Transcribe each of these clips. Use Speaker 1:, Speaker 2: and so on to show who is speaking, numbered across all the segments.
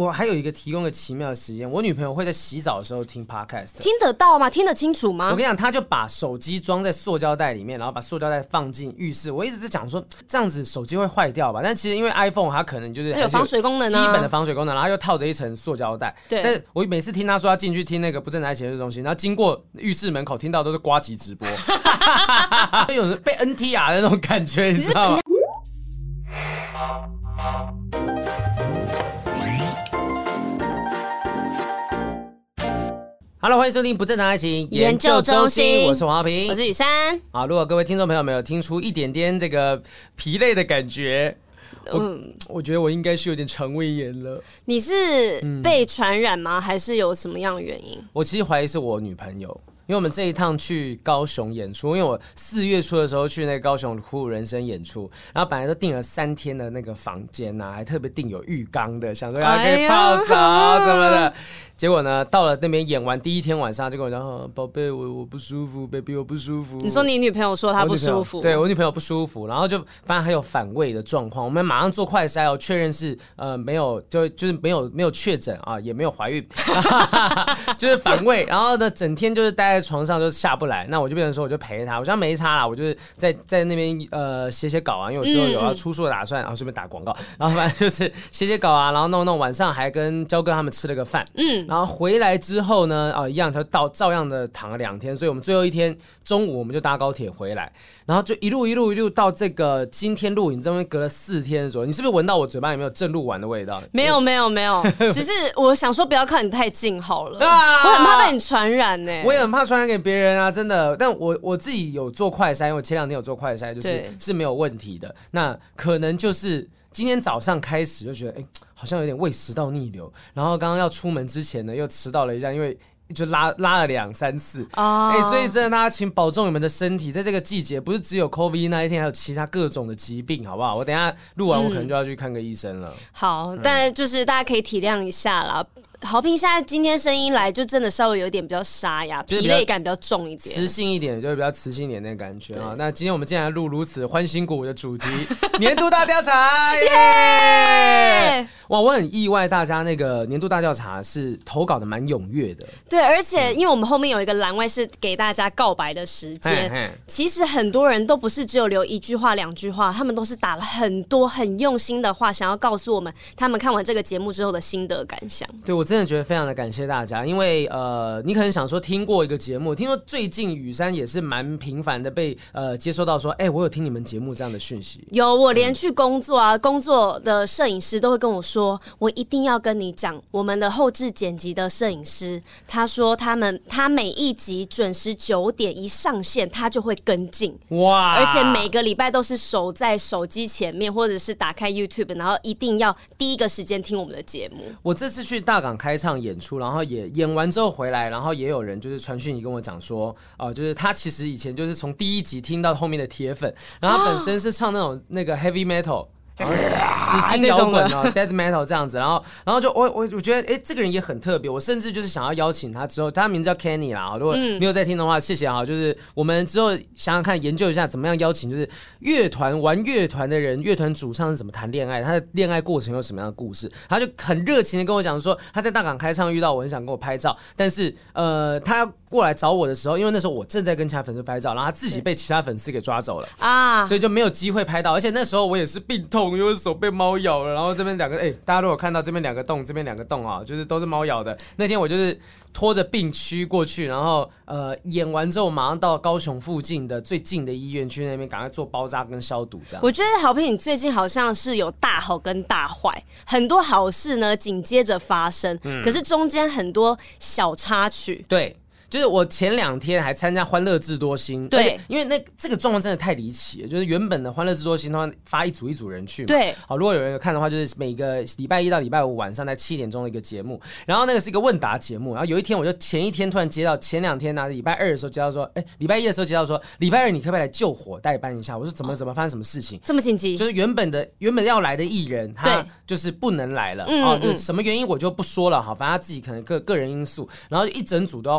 Speaker 1: 我还有一个提供个奇妙的时间，我女朋友会在洗澡的时候听 podcast，
Speaker 2: 听得到吗？听得清楚吗？
Speaker 1: 我跟你讲，她就把手机装在塑胶袋里面，然后把塑胶袋放进浴室。我一直在讲说这样子手机会坏掉吧，但其实因为 iPhone 它可能就是
Speaker 2: 有防水功能
Speaker 1: 基本的防水功能，然后又套着一层塑胶袋。
Speaker 2: 对，
Speaker 1: 但是我每次听她说要进去听那个不正常情绪中心，然后经过浴室门口听到都是呱吉直播，有人被 NTR 的那种感觉，你知道吗？Hello， 欢迎收听不正常爱情研究中心，我是黄浩平，
Speaker 2: 我是雨珊。
Speaker 1: 好，如果各位听众朋友们有听出一点点这个疲累的感觉，我觉得我应该是有点肠胃炎了。
Speaker 2: 你是被传染吗？还是有什么样的原因？
Speaker 1: 我其实怀疑是我女朋友。因为我们这一趟去高雄演出，因为我4月初的时候去那个高雄虎虎人生演出，然后本来都订了3天的那个房间啊，还特别订有浴缸的，想说可以泡澡什么的。结果呢，到了那边演完第一天晚上，就跟我讲：“宝贝，我不舒服 ，baby 我不舒服。”
Speaker 2: 你说你女朋友说她不舒服？
Speaker 1: 对我女朋友不舒服，然后就发现还有反胃的状况，我们马上做快筛确认是没有，就是没有确诊啊，也没有怀孕，就是反胃，然后呢整天就是待在床上就下不来，那我就变成说我就陪她，我想没差啦，我就是在那边写稿啊，因为我之后有要出书的打算，然后顺便打广告，然后反正就是写稿啊，然后弄晚上还跟焦哥他们吃了个饭，然后回来之后呢，一样就照样的躺了2天，所以我们最后一天中午我们就搭高铁回来，然后就一路到这个今天录影，这边隔了4天左右，你是不是闻到我嘴巴里面有正录完的味道？
Speaker 2: 没有，只是我想说不要靠你太近好了，我很怕被你传染呢。
Speaker 1: 我也很怕传染给别人啊，真的。但我自己有做快筛，因为我前2天有做快筛，是没有问题的。那可能就是今天早上开始就觉得，好像有点胃食道逆流，然后刚刚要出门之前呢，又迟到了一下，因为就拉了2、3次，所以真的大家请保重你们的身体，在这个季节不是只有 COVID-19， 还有其他各种的疾病，好不好？我等一下录完我可能就要去看个医生了。
Speaker 2: 好，但就是大家可以体谅一下啦。豪平现在今天声音来就真的稍微有点比较沙哑，疲累感比较重一点，
Speaker 1: 磁性一点，就是比较磁性一点的感觉啊。那今天我们竟然录如此欢欣鼓舞的主题，年度大调查，耶！哇，我很意外，大家那个年度大调查是投稿的蛮踊跃的。
Speaker 2: 对，而且因为我们后面有一个栏位是给大家告白的时间，其实很多人都不是只有留1句话、2句话，他们都是打了很多很用心的话，想要告诉我们他们看完这个节目之后的心得感想。
Speaker 1: 对，我真的觉得非常的感谢大家，因为你可能想说听过一个节目，听说最近雨珊也是蛮频繁的被接收到说，我有听你们节目这样的讯息。
Speaker 2: 有，我连去工作啊，工作的摄影师都会跟我说，我一定要跟你讲，我们的后制剪辑的摄影师，他说他每一集准时9点一上线，他就会跟进，哇！而且每个礼拜都是守在手机前面，或者是打开 YouTube， 然后一定要第一个时间听我们的节目。
Speaker 1: 我这次去大港开唱演出，然后也演完之后回来，然后也有人就是传讯息跟我讲说，就是他其实以前就是从第1集听到后面的铁粉，然后他本身是唱那个 heavy metal。然后死金摇滚death metal 这样子，然后就我觉得这个人也很特别，我甚至就是想要邀请他之后，他名字叫 Kenny 啦，如果没有在听的话，谢谢啊，就是我们之后想想看研究一下怎么样邀请，就是玩乐团的人，乐团主唱是怎么谈恋爱，他的恋爱过程有什么样的故事，他就很热情的跟我讲说，他在大港开唱遇到我，很想跟我拍照，但是他要过来找我的时候，因为那时候我正在跟其他粉丝拍照，然后他自己被其他粉丝给抓走了啊，所以就没有机会拍到，而且那时候我也是病痛，因为手被猫咬了，然后这边2个大家如果看到这边2个洞，这边2个洞啊，就是都是猫咬的。那天我就是拖着病躯过去，然后演完之后马上到高雄附近的最近的医院去那边赶快做包扎跟消毒这样。
Speaker 2: 我觉得豪平你最近好像是有大好跟大坏，很多好事呢紧接着发生，可是中间很多小插曲。
Speaker 1: 对。就是我前2天还参加欢乐智多星，对，因为这个状况真的太离奇了。就是原本的欢乐智多星，他们发一组人去嘛，
Speaker 2: 对，
Speaker 1: 好，如果有人有看的话，就是每个礼拜1到礼拜5晚上在7点钟的一个节目，然后那个是一个问答节目，然后有一天我就前1天突然接到，前2天呢，礼拜2的时候接到说，礼拜1的时候接到说，礼拜2你可不可以来救火代班一下？我说怎么发生什么事情？
Speaker 2: 这么紧急？
Speaker 1: 就是原本要来的艺人，他就是不能来了，什么原因我就不说了哈，反正他自己可能个人因素，然后一整组都要换人，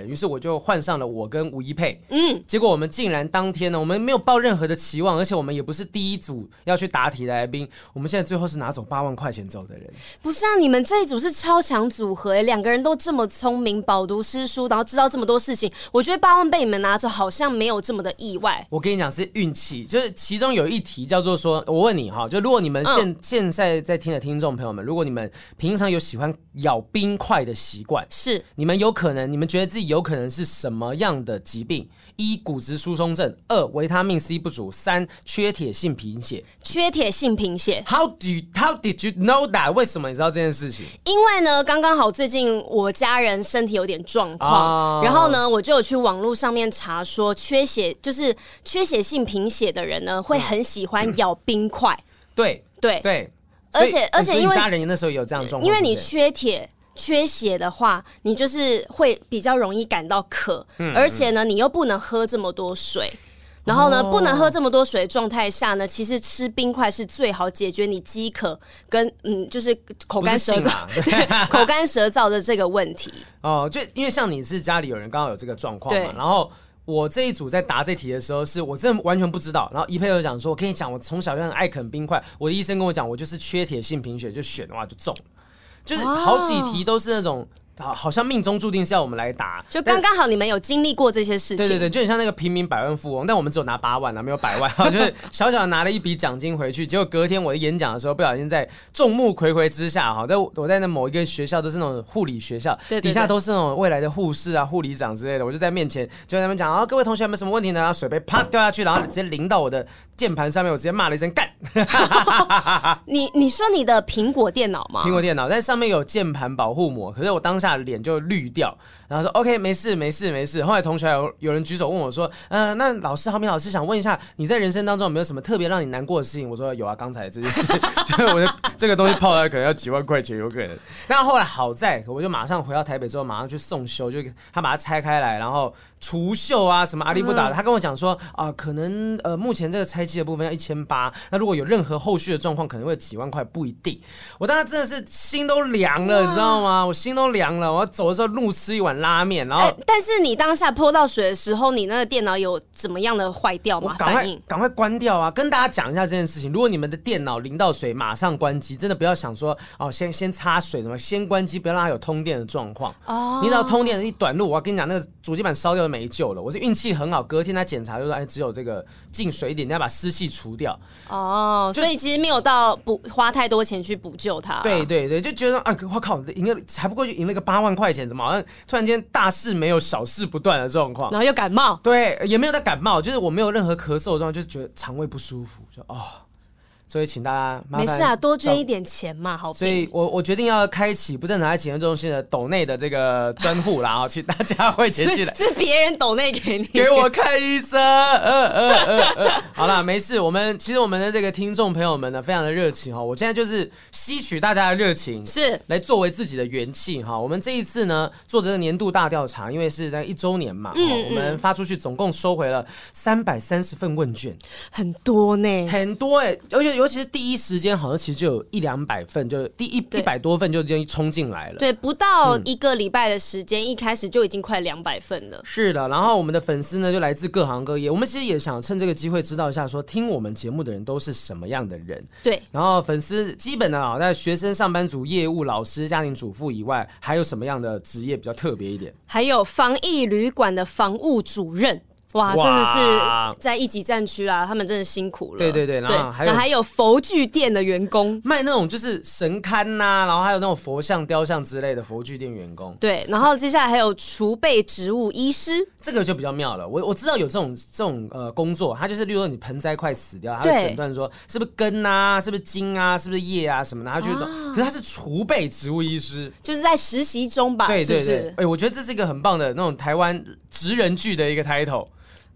Speaker 1: 于是我就换上了我跟吴一佩，结果我们竟然当天呢，我们没有抱任何的期望，而且我们也不是第一组要去答题的来宾，我们现在最后是拿走8万块钱走的人。
Speaker 2: 不是啊，你们这一组是超强组合2个人都这么聪明，饱读诗书，然后知道这么多事情，我觉得8万被你们拿走好像没有这么的意外。
Speaker 1: 我跟你讲是运气，就是其中有一题叫做说，我问你哈，就如果你们现在在听的听众朋友们，如果你们平常有喜欢咬冰块的习惯，
Speaker 2: 是
Speaker 1: 你们觉得自己有可能是什么样的疾病？1. 骨质疏松症，2. 维他命 C 不足，3. 缺铁性贫血。
Speaker 2: 缺铁性贫血
Speaker 1: How did you know that？ 为什么你知道这件事情？
Speaker 2: 因为呢，刚刚好最近我家人身体有点状况，然后呢，我就有去网络上面查说，缺血性贫血的人呢，会很喜欢咬冰块。
Speaker 1: 对，
Speaker 2: 而且因为
Speaker 1: 你家人那时候有这样的状况，
Speaker 2: 因为你缺铁。缺血的话，你就是会比较容易感到渴，而且呢，你又不能喝这么多水。然后呢，不能喝这么多水的状态下呢，其实吃冰块是最好解决你饥渴跟就是口干舌燥、口干舌燥的这个问题。
Speaker 1: 哦，就因为像你是家里有人刚好有这个状况嘛，然后我这一组在答这题的时候，是我真的完全不知道。然后一佩就讲说：“我跟你讲，我从小就很爱啃冰块，我的医生跟我讲，我就是缺铁性贫血，就选的话就中了。”就是好几题都是那种好像命中注定是要我们来答，
Speaker 2: 就刚刚好你们有经历过这些事情。
Speaker 1: 对，就很像那个平民百万富翁，但我们只有拿8万啊，没有100万，就是小小的拿了一笔奖金回去。结果隔天我的演讲的时候，不小心在众目睽睽之下，我在那某一个学校都是那种护理学校，底下都是那种未来的护士啊、护理长之类的，我就在面前就跟他们讲啊，各位同学有没有什么问题呢？然后水杯啪掉下去，然后直接淋到我的键盘上面，我直接骂了一声干。
Speaker 2: 你说你的苹果电脑吗？
Speaker 1: 苹果电脑，但上面有键盘保护膜，可是我当下脸就绿掉，然后说 OK 没事。后来同学有人举手问我说，那老师郝明老师想问一下，你在人生当中有没有什么特别让你难过的事情？我说有啊，刚才这件事，就是我的这个东西泡出来可能要几万块钱，有可能。但后来好在我就马上回到台北之后，马上去送修，就他把它拆开来，然后除锈啊什么阿里不达的，他跟我讲说可能目前这个拆机的部分要1800，那如果有任何后续的状况，可能会几万块，不一定。我当时真的是心都凉了，你知道吗？我心都凉了。我要走的时候怒吃一碗拉面，然后
Speaker 2: 但是你当下泼到水的时候，你那个电脑有怎么样的坏掉吗？
Speaker 1: 赶快关掉啊！跟大家讲一下这件事情。如果你们的电脑淋到水，马上关机，真的不要想说先擦水什么，先关机，不要让它有通电的状况。你只要通电一短路，我跟你讲，那个主机板烧掉就没救了。我是运气很好，隔天他检查就说，只有这个进水一点，你要把湿气除掉。
Speaker 2: 所以其实没有到花太多钱去补救它。
Speaker 1: 对，就觉得我靠，赢了还不过就赢了个8万块钱，怎么好像突然间大事没有小事不断的状况，
Speaker 2: 然后又感冒。
Speaker 1: 对，也没有在感冒，就是我没有任何咳嗽的状况，就是觉得肠胃不舒服，就所以请大家麻烦
Speaker 2: 没事啊，多捐一点钱嘛，好。
Speaker 1: 所以我决定要开启不正常爱情中心的抖内的这个专户啦，请大家汇钱进来。
Speaker 2: 是别人抖内给你，
Speaker 1: 给我看医生。好啦，没事。其实我们的这个听众朋友们呢，非常的热情哈。我现在就是吸取大家的热情，
Speaker 2: 是来
Speaker 1: 作为自己的元气哈。我们这一次呢，做这个年度大调查，因为是在1周年嘛，我们发出去总共收回了330份问卷，
Speaker 2: 很多呢，
Speaker 1: 很多而且尤其是第一时间，好像其实就有100-200份，就第100多份就已经冲进来了。
Speaker 2: 对，不到1个礼拜的时间，一开始就已经快200份了。
Speaker 1: 是的，然后我们的粉丝呢，就来自各行各业。我们其实也想趁这个机会知道一下，说听我们节目的人都是什么样的人。
Speaker 2: 对，
Speaker 1: 然后粉丝基本的在学生、上班族、业务、老师、家庭主妇以外，还有什么样的职业比较特别一点？
Speaker 2: 还有防疫旅馆的防务主任。哇，真的是在一级战区啦，他们真的辛苦了。
Speaker 1: 对，然后
Speaker 2: 还有佛具店的员工，
Speaker 1: 卖那种就是神龛呐，然后还有那种佛像、雕像之类的佛具店员工。
Speaker 2: 对，然后接下来还有储备植物医师，
Speaker 1: 这个就比较妙了。我知道有这种工作，它就是例如说你盆栽快死掉，它会诊断说是不是根啊，是不是茎啊，是不是叶啊什么的，它就可是它是储备植物医师，
Speaker 2: 就是在实习中吧？
Speaker 1: 对，我觉得这是一个很棒的那种台湾职人剧的一个 title。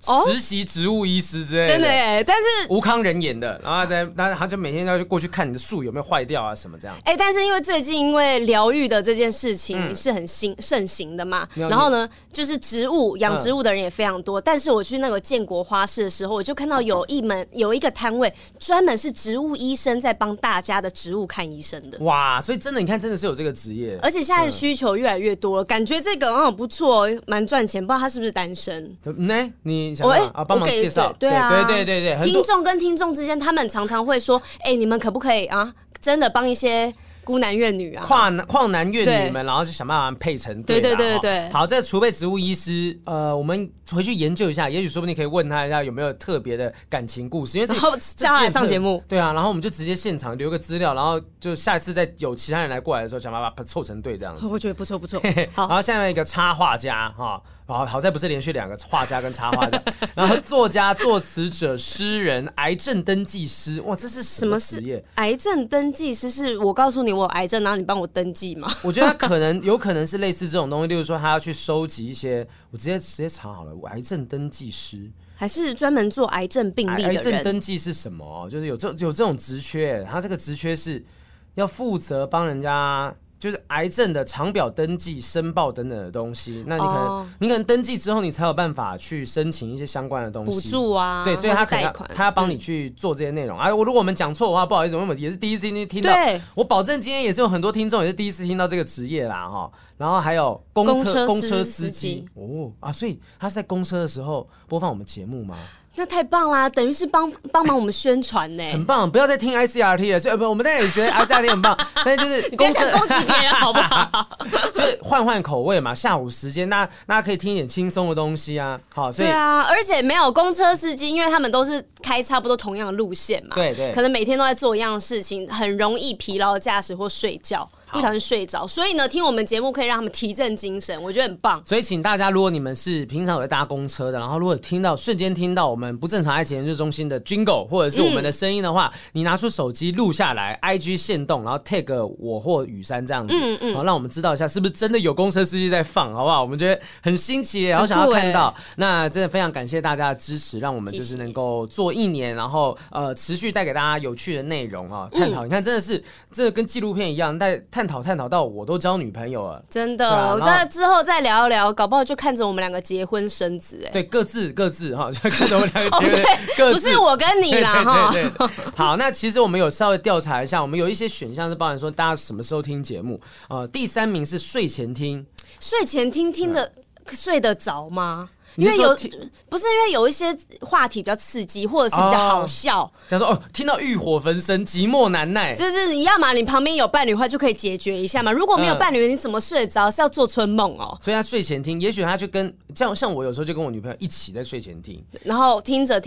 Speaker 1: 实习植物医师之类的，
Speaker 2: 真的耶。但是
Speaker 1: 吴康仁演的，然后他就每天要过去看你的树有没有坏掉啊什么这样。
Speaker 2: 但是因为最近因为疗愈的这件事情是很盛行的嘛，然后呢，就是养植物的人也非常多。但是我去那个建国花市的时候，我就看到有一个摊位专门是植物医生在帮大家的植物看医生的。
Speaker 1: 哇，所以真的你看，真的是有这个职业，
Speaker 2: 而且现在的需求越来越多了，感觉这个很不错，蛮赚钱。不知道他是不是单身？
Speaker 1: 你想帮忙介绍？
Speaker 2: 对啊，
Speaker 1: 对，
Speaker 2: 听众跟听众之间，他们常常会说：“你们可不可以啊，真的帮一些孤男怨女啊，
Speaker 1: 旷男怨女们，然后就想办法配成对。
Speaker 2: 对。
Speaker 1: 好，这个储备植物医师，我们回去研究一下，也许说不定可以问他一下有没有特别的感情故事，因为
Speaker 2: 然后叫他来上节目。
Speaker 1: 对啊，然后我们就直接现场留个资料，然后就下一次再有其他人来过来的时候，想办法把它凑成对这样子。
Speaker 2: 我觉得不错。
Speaker 1: 好，然后下面一个插画家哈。好在不是连续2个画家跟插画家，然后作家、作词者、诗人、癌症登记师，哇，这是什么职业？
Speaker 2: 癌症登记师是我告诉你我有癌症，然后你帮我登记吗？
Speaker 1: 我觉得他有可能是类似这种东西，例如说他要去收集一些，我直接查好了，癌症登记师。
Speaker 2: 还是专门做癌症病例的人？
Speaker 1: 癌症登记是什么？就是有这种职缺，他这个职缺是要负责帮人家。就是癌症的长表登记、申报等等的东西，那你可能登记之后，你才有办法去申请一些相关的东西，
Speaker 2: 补助啊，
Speaker 1: 对，所以他要帮你去做这些内容。如果我们讲错的话，不好意思，我们也是第一次听到。我保证今天也是有很多听众也是第一次听到这个职业啦哈。然后还有公车司机所以他是在公车的时候播放我们节目吗？
Speaker 2: 那太棒啦，等于是帮忙我们宣传呢，
Speaker 1: 很棒！不要再听 ICRT 了，所以我们当然也觉得 ICRT 很棒，但是就是
Speaker 2: 你不要想攻击别人好不好？
Speaker 1: 就是换口味嘛，下午时间大家可以听一点轻松的东西啊。好，所以
Speaker 2: 对啊，而且没有公车司机，因为他们都是开差不多同样的路线嘛，
Speaker 1: 对，
Speaker 2: 可能每天都在做一样的事情，很容易疲劳驾驶或睡觉。不小心睡着，所以呢，听我们节目可以让他们提振精神，我觉得很棒。
Speaker 1: 所以请大家，如果你们是平常有在搭公车的，然后如果瞬间听到我们不正常爱情研究中心的 Jingle 或者是我们的声音的话，你拿出手机录下来 ，IG 限动，然后 tag 我或雨珊这样子，好让我们知道一下是不是真的有公车司机在放，好不好？我们觉得很新奇，然后想要看到。那真的非常感谢大家的支持，让我们就是能够做1年，然后持续带给大家有趣的内容啊，探讨。你看，真的跟纪录片一样，在探讨到我都交女朋友了，
Speaker 2: 真的。我在之后再聊一聊，搞不好就看着我们2个结婚生子，
Speaker 1: 对，各自哈，就看着我们2个结婚，
Speaker 2: 不是我跟你啦哈。
Speaker 1: 对。好，那其实我们有稍微调查一下，我们有一些选项是包含说大家什么时候听节目，第3名是睡前听，
Speaker 2: 睡前听的睡得着吗？因为不是因为有一些话题比较刺激，或者是比较好笑，
Speaker 1: 假如说听到欲火焚身、寂寞难耐，
Speaker 2: 就是你要嘛，你旁边有伴侣的话就可以解决一下嘛。如果没有伴侣，你怎么睡得着？是要做春梦哦。
Speaker 1: 所以他睡前听，也许他就跟像我有时候就跟我女朋友一起在睡前听，
Speaker 2: 然后听着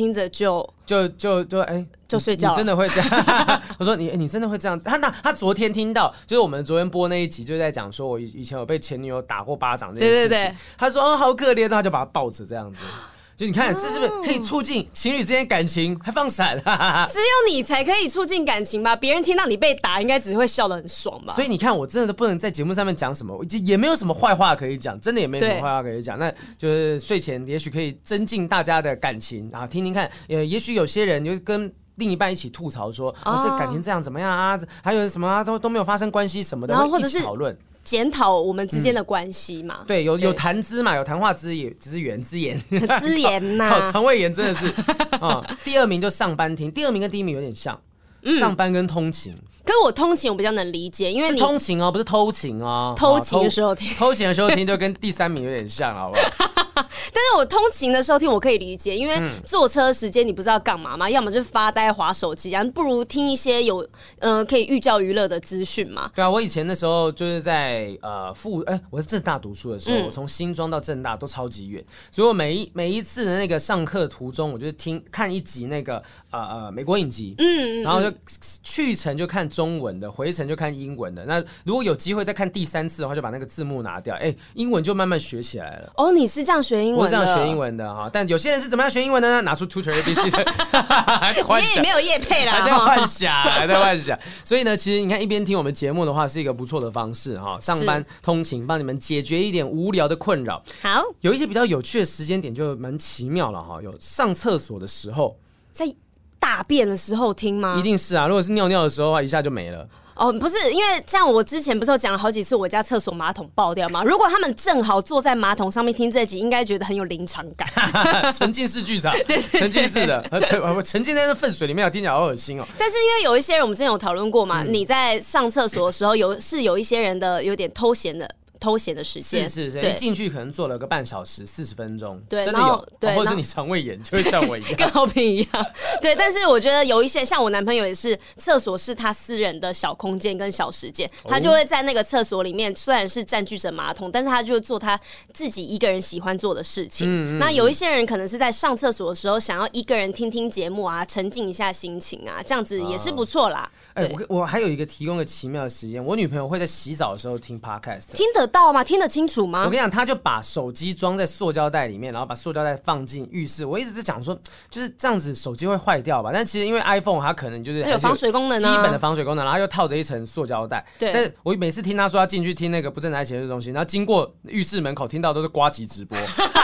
Speaker 2: 就睡觉了。
Speaker 1: 你真的会这样？我说你真的会这样子？他昨天听到，就是我们昨天播那一集，就在讲说我以前有被前女友打过巴掌这件事情。
Speaker 2: 对。
Speaker 1: 他说好可怜，他就把他抱着这样子。就你看，这是不是可以促进情侣之间感情？还放闪，
Speaker 2: 只有你才可以促进感情吧？别人听到你被打，应该只会笑得很爽吧？
Speaker 1: 所以你看，我真的都不能在节目上面讲什么，也没有什么坏话可以讲，真的也没什么坏话可以讲。那就是睡前也许可以增进大家的感情啊，听听看，也许有些人就跟另一半一起吐槽说，这感情这样怎么样啊？还有什么啊，都没有发生关系什么的，然后或者是讨论。
Speaker 2: 检讨我们之间的关系嘛，
Speaker 1: 对，有谈资嘛，有谈话资源，资源
Speaker 2: 资源呐，
Speaker 1: 靠肠胃炎真的是第2名就上班听，第2名跟第1名有点像，上班跟通勤。
Speaker 2: 可是我通勤我比较能理解，因为
Speaker 1: 是通勤哦，不是偷情哦。
Speaker 2: 偷情的时候听，
Speaker 1: 偷情的时候听就跟第3名有点像，好不好？
Speaker 2: 但是我通勤的时候听我可以理解，因为坐车时间你不知道干嘛嘛，要么就是发呆滑手机啊，不如听一些有可以寓教于乐的资讯嘛。对
Speaker 1: 啊，我以前那时候就是在我在政大读书的时候，我从新庄到政大都超级远，所以我每一次的那个上课途中，我就看一集那个美国影集，然后就去程就看中文的，回程就看英文的。那如果有机会再看第3次的话，就把那个字幕拿掉，英文就慢慢学起来了。
Speaker 2: 你是这样学英文文的，
Speaker 1: 不是这样学英文的哈。但有些人是怎么样学英文的呢？拿出 Tutor ABC 的，
Speaker 2: 其实也没有业配啦，
Speaker 1: 还在幻想，还在幻想。所以呢，其实你看一边听我们节目的话，是一个不错的方式哈。上班通勤帮你们解决一点无聊的困扰。
Speaker 2: 好，
Speaker 1: 有一些比较有趣的时间点就蛮奇妙了哈。有上厕所的时候，
Speaker 2: 在大便的时候听吗？
Speaker 1: 一定是啊。如果是尿尿的时候的话，一下就没了。
Speaker 2: 哦，不是，因为像我之前不是有讲了好几次我家厕所马桶爆掉吗？如果他们正好坐在马桶上面听这集，应该觉得很有临场感。
Speaker 1: 沉浸式剧场，
Speaker 2: 对，
Speaker 1: 沉浸式的，沉浸在那粪水里面，听起来好恶心哦。
Speaker 2: 但是因为有一些人，我们之前有讨论过嘛，你在上厕所的时候有一些人的有点偷闲的时间，
Speaker 1: 是，一进去可能坐了个半小时40分钟，
Speaker 2: 对，
Speaker 1: 真的有，
Speaker 2: 对，
Speaker 1: 或者是你肠胃炎就会像我一样，
Speaker 2: 跟豪平一样，对。但是我觉得有一些像我男朋友也是，厕所是他私人的小空间跟小时间，他就会在那个厕所里面，虽然是占据着马桶，但是他就做他自己一个人喜欢做的事情。那有一些人可能是在上厕所的时候，想要一个人听听节目啊，沉浸一下心情啊，这样子也是不错啦。
Speaker 1: 我还有一个提供个奇妙的时间，我女朋友会在洗澡的时候听 podcast，
Speaker 2: 听得到吗？听得清楚吗？
Speaker 1: 我跟你讲，她就把手机装在塑胶袋里面，然后把塑胶袋放进浴室。我一直在讲说，就是这样子手机会坏掉吧？但其实因为 iPhone 它可能就是
Speaker 2: 有防水功能啊，
Speaker 1: 基本的防水功能，然后又套着一层塑胶袋。
Speaker 2: 对。
Speaker 1: 但是我每次听她说要进去听那个不正常爱情的东西，然后经过浴室门口听到都是呱吉直播，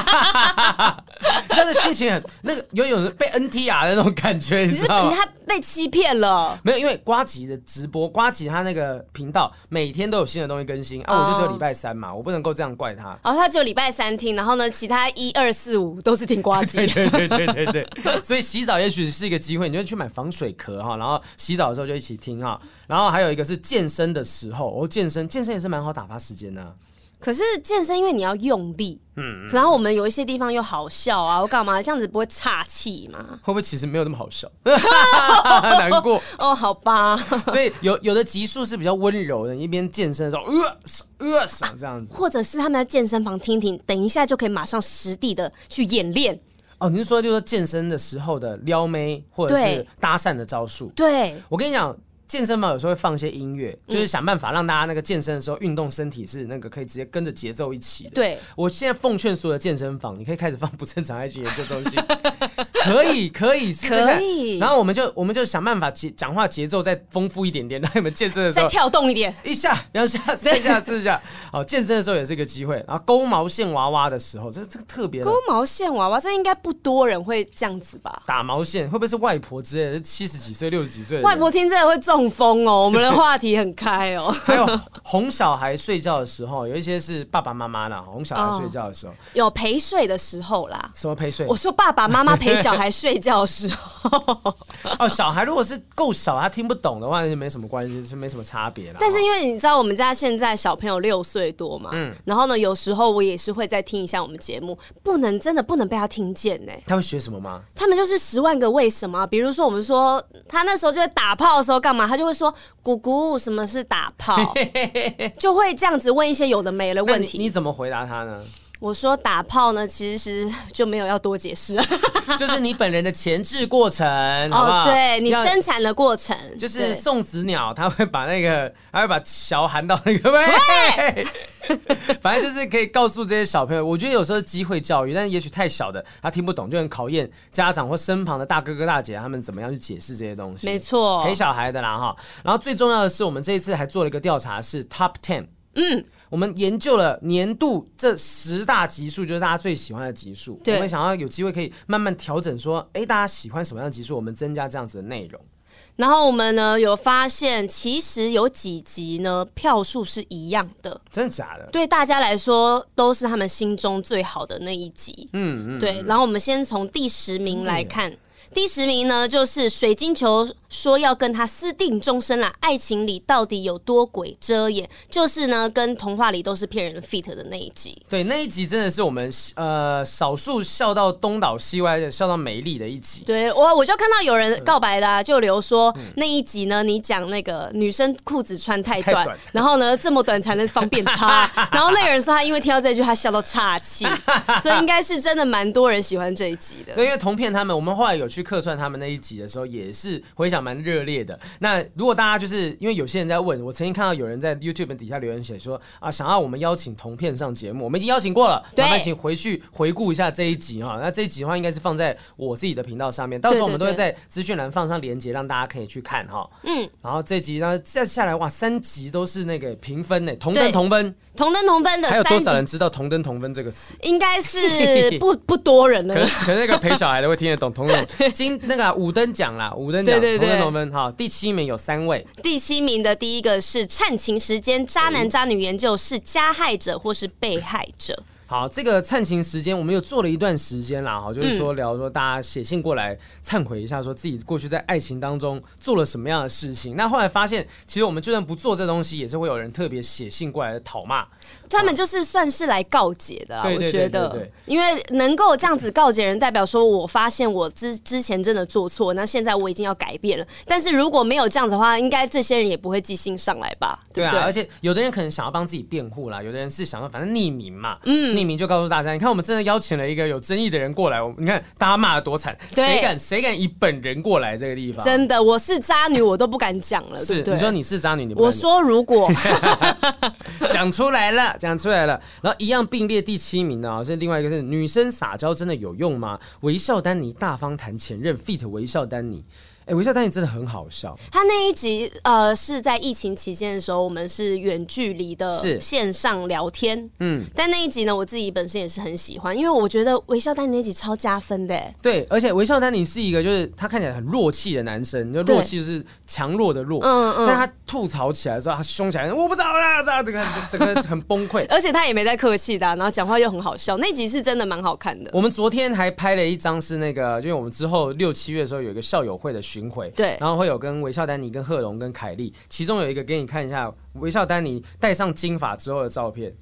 Speaker 1: 真的心情很那个有被 NTR 的那种感觉，你知道吗？
Speaker 2: 他被欺骗了。
Speaker 1: 没有，因为呱吉的直播，呱吉他那个频道每天都有新的东西更新啊，我就只有礼拜三嘛，我不能够这样怪他。
Speaker 2: 他只有礼拜三听，然后呢，其他1、2、4、5都是听呱吉。
Speaker 1: 对，所以洗澡也许是一个机会，你就去买防水壳哈，然后洗澡的时候就一起听哈。然后还有一个是健身的时候，健身也是蛮好打发时间的。
Speaker 2: 可是健身因为你要用力，然后我们有一些地方又好笑啊，我干嘛这样子不会岔气吗？
Speaker 1: 会不会其实没有那么好笑？难过
Speaker 2: 哦，好吧。
Speaker 1: 所以有的集数是比较温柔的，你一边健身的时候，这样子，
Speaker 2: 或者是他们在健身房听听，等一下就可以马上实地的去演练。
Speaker 1: 哦，你是说就是健身的时候的撩妹或者是搭讪的招数？
Speaker 2: 对，
Speaker 1: 我跟你讲。健身房有时候会放一些音乐，就是想办法让大家那个健身的时候运动身体是那个可以直接跟着节奏一起的。
Speaker 2: 对，
Speaker 1: 我现在奉劝所有的健身房，你可以开始放不正常爱情研究中心，可以试试看。
Speaker 2: 可以。
Speaker 1: 然后我们就想办法讲话节奏再丰富一点点，让你们健身的时候
Speaker 2: 再跳动一点，
Speaker 1: 1下、2下、3下、4下。好，健身的时候也是一个机会。然后勾毛线娃娃的时候，这个特别的。
Speaker 2: 勾毛线娃娃，这应该不多人会这样子吧？
Speaker 1: 打毛线会不会是外婆之类的？70几岁、60几岁的人？
Speaker 2: 外婆听这个会中风哦。我们的话题很开哦。
Speaker 1: 还有哄小孩睡觉的时候，有一些是爸爸妈妈啦，哄小孩睡觉的时候，
Speaker 2: 有陪睡的时候啦。
Speaker 1: 什么陪睡？
Speaker 2: 我说爸爸妈妈陪小孩睡觉的时候。
Speaker 1: 哦，小孩如果是够小，他听不懂的话，就没什么关系，是没什么差别啦。
Speaker 2: 但是因为你知道我们家现在小朋友6岁多嘛，然后呢，有时候我也是会再听一下我们节目，真的不能被他听见呢。
Speaker 1: 他会学什么吗？
Speaker 2: 他们就是10万个为什么。比如说我们说他那时候就会打炮的时候干嘛，他就会说姑姑什么是打炮，就会这样子问一些有的没的问题。
Speaker 1: 你怎么回答他呢？
Speaker 2: 我说打炮呢，其实就没有要多解释，
Speaker 1: 就是你本人的前置过程，好不好？
Speaker 2: 对，你生产的过程，
Speaker 1: 就是送子鸟，他会把小含到那个，反正就是可以告诉这些小朋友。我觉得有时候机会教育，但是也许太小的他听不懂，就很考验家长或身旁的大哥哥大姐他们怎么样去解释这些东西。
Speaker 2: 没错，
Speaker 1: 陪小孩的啦哈。然后最重要的是，我们这一次还做了一个调查，是 Top 10。我们研究了年度这10大集数，就是大家最喜欢的集数。我们想要有机会可以慢慢调整说，大家喜欢什么样的集数，我们增加这样子的内容。
Speaker 2: 然后我们呢有发现，其实有几集呢票数是一样的。
Speaker 1: 真的假的？
Speaker 2: 对大家来说都是他们心中最好的那一集。对。然后我们先从第10名来看。第10名呢，就是水晶球说要跟他私定终身啦，爱情里到底有多鬼遮眼？就是呢，跟童话里都是骗人的 fit 的那一集。
Speaker 1: 对，那一集真的是我们少数笑到东倒西歪、笑到没力的一集。
Speaker 2: 对，我就看到有人告白的啊，就留说那一集呢，你讲那个女生裤子穿太短，然后呢这么短才能方便插，然后那个人说他因为听到这句他笑到岔气，所以应该是真的蛮多人喜欢这一集的。
Speaker 1: 对，因为同片他们，我们后来有去去客串他们那一集的时候，也是回响蛮热烈的。那如果大家就是因为有些人在问，我曾经看到有人在 YouTube 底下留言写说啊，想要我们邀请同片上节目，我们已经邀请过了，麻烦请回去回顾一下这一集哈。那这一集的话，应该是放在我自己的频道上面，到时候我们都会在资讯栏放上连结，让大家可以去看哈。然后这一集呢，再下来哇，3集都是那个评分呢，同登同分的，还有多少人知道同登同分这个词？
Speaker 2: 应该是不多人了。
Speaker 1: 可能那个陪小孩的会听得懂同登。那个5等奖啦，5等奖，同登同分哈。第7名有3位，
Speaker 2: 第7名的第一个是灿情时间，渣男渣女研究是加害者或是被害者。
Speaker 1: 好，这个灿情时间我们有做了一段时间啦，就是说聊说大家写信过来忏悔一下，说自己过去在爱情当中做了什么样的事情。那后来发现，其实我们就算不做这东西，也是会有人特别写信过来的讨骂。
Speaker 2: 他们就是算是来告解的啦，我觉得，因为能够这样子告解人，代表说我发现我之前真的做错，那现在我已经要改变了。但是如果没有这样子的话，应该这些人也不会寄信上来吧？对不对？
Speaker 1: 而且有的人可能想要帮自己辩护啦，有的人是想要反正匿名嘛，匿名就告诉大家，你看我们真的邀请了一个有争议的人过来，你看大家骂得多惨，谁敢以本人过来这个地方？
Speaker 2: 真的，我是渣女，我都不敢讲了，对不对？
Speaker 1: 你说你是渣女，你不敢讲？
Speaker 2: 我说如果
Speaker 1: 讲出来了。然后一样并列第7名呢，是另外一个是女生撒娇真的有用吗？微笑丹尼大方谈前任 feat 微笑丹尼。微笑丹尼真的很好笑。
Speaker 2: 他那一集是在疫情期间的时候，我们是远距离的线上聊天。但那一集呢，我自己本身也是很喜欢，因为我觉得微笑丹尼那集超加分的。
Speaker 1: 对，而且微笑丹尼是一个就是他看起来很弱气的男生，就弱气就是强弱的弱。但他吐槽起来的时候，他凶起来，我不知道啦，这个整个很崩溃。
Speaker 2: 而且他也没在客气的，然后讲话又很好笑，那集是真的蛮好看的。
Speaker 1: 我们昨天还拍了一张是那个，就是我们之后6、7月的时候有一个校友会的巡回，
Speaker 2: 对，
Speaker 1: 然后会有跟微笑丹尼、跟贺龙、跟凯莉，其中有一个给你看一下微笑丹尼戴上金发之后的照片。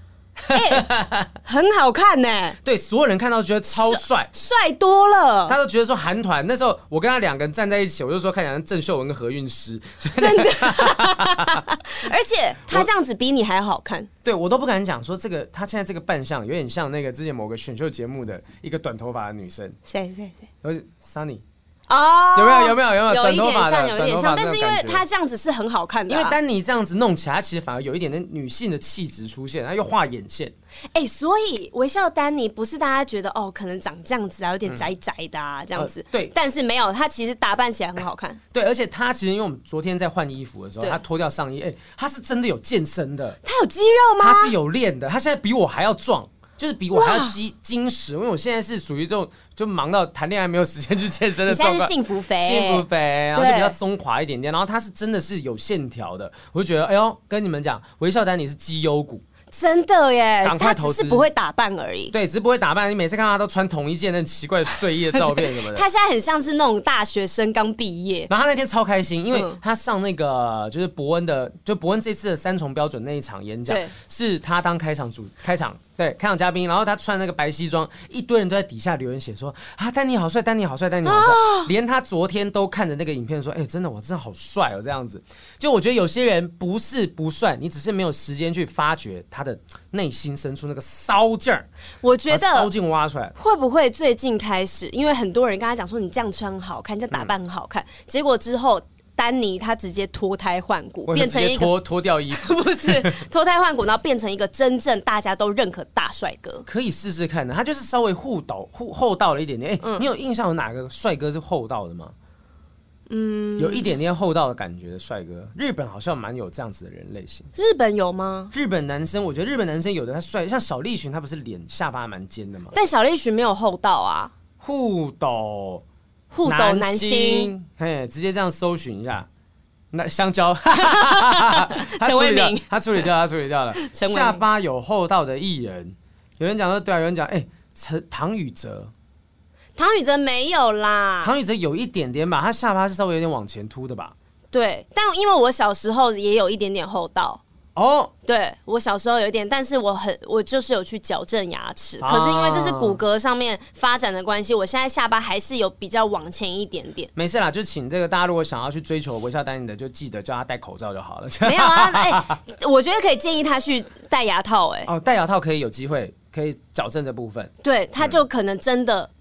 Speaker 2: 很好看呢。
Speaker 1: 对，所有人看到觉得超帅，
Speaker 2: 帅多了。
Speaker 1: 他都觉得说韩团那时候，我跟他2个人站在一起，我就说看起来像郑秀文跟何韵诗，
Speaker 2: 真的。而且他这样子比你还好看。
Speaker 1: 对，我都不敢讲说这个，他现在这个扮相有点像那个之前某个选秀节目的一个短头发的女生。
Speaker 2: 谁？
Speaker 1: 都是 Sunny。
Speaker 2: 有
Speaker 1: 没有
Speaker 2: 有一点像，有一点像，但是因为他这样子是很好看的，
Speaker 1: 因为丹尼这样子弄起来，他其实反而有一点点女性的气质出现，他又画眼线。
Speaker 2: 所以微笑丹尼不是大家觉得可能长这样子啊，有点宅宅的啊这样子，
Speaker 1: 对，
Speaker 2: 但是没有，他其实打扮起来很好看。
Speaker 1: 对，而且他其实因为我们昨天在换衣服的时候，他脱掉上衣，他是真的有健身的，
Speaker 2: 他有肌肉吗？
Speaker 1: 他是有练的，他现在比我还要壮。就是比我还要精实，因为我现在是属于这种就忙到谈恋爱没有时间去健身的状况。
Speaker 2: 你现在是幸福肥，
Speaker 1: 然后就比较松垮一点点。然后他是真的是有线条的，我就觉得哎呦，跟你们讲，微笑丹尼是绩优股。
Speaker 2: 真的耶，
Speaker 1: 他只
Speaker 2: 是不会打扮而已。
Speaker 1: 对，只是不会打扮。你每次看到他都穿同一件那奇怪的睡衣的照片什么的。
Speaker 2: 他现在很像是那种大学生刚毕业。
Speaker 1: 然后他那天超开心，因为他上那个就是伯恩的，就伯恩这次的3重标准那一场演讲，是他当开场嘉宾，然后他穿那个白西装，一堆人都在底下留言写说啊，丹尼好帅，丹尼好帅，丹尼好帅。连他昨天都看着那个影片说，真的我真的好帅哦，这样子。就我觉得有些人不是不帅，你只是没有时间去发掘他的内心深处那个骚劲儿。
Speaker 2: 我觉得
Speaker 1: 骚劲挖出来，
Speaker 2: 会不会最近开始，因为很多人跟他讲说你这样穿很好看，你这样打扮很好看，结果之后。丹尼他直接脱胎换骨，变成一个
Speaker 1: 脱掉衣服，
Speaker 2: 不是脱胎换骨，然后变成一个真正大家都认可大帅哥。
Speaker 1: 可以试试看的，他就是稍微厚道了一点点。你有印象有哪个帅哥是厚道的吗？有一点点厚道的感觉的帅哥，日本好像蛮有这样子的人类型。
Speaker 2: 日本有吗？
Speaker 1: 日本男生，我觉得日本男生有的他帅，像小栗旬，他不是脸下巴蛮尖的吗？
Speaker 2: 但小栗旬没有厚道啊。
Speaker 1: 互斗
Speaker 2: 男星，
Speaker 1: 直接这样搜寻一下，那香蕉，
Speaker 2: 陈为民，
Speaker 1: 他处理掉了。下巴有厚道的艺人，有人讲说对啊，有人讲唐禹哲
Speaker 2: 没有啦，
Speaker 1: 唐禹哲有一点点吧，他下巴是稍微有点往前凸的吧？
Speaker 2: 对，但因为我小时候也有一点点厚道。对，我小时候有一点，但是我就是有去矫正牙齿，可是因为这是骨骼上面发展的关系，我现在下巴还是有比较往前一点点。
Speaker 1: 没事啦，就请这个大家如果想要去追求微笑丹尼的，就记得叫他戴口罩就好了。
Speaker 2: 没有啊，我觉得可以建议他去戴牙套。
Speaker 1: 戴牙套可以有机会可以矫正这部分。
Speaker 2: 对，他就可能真的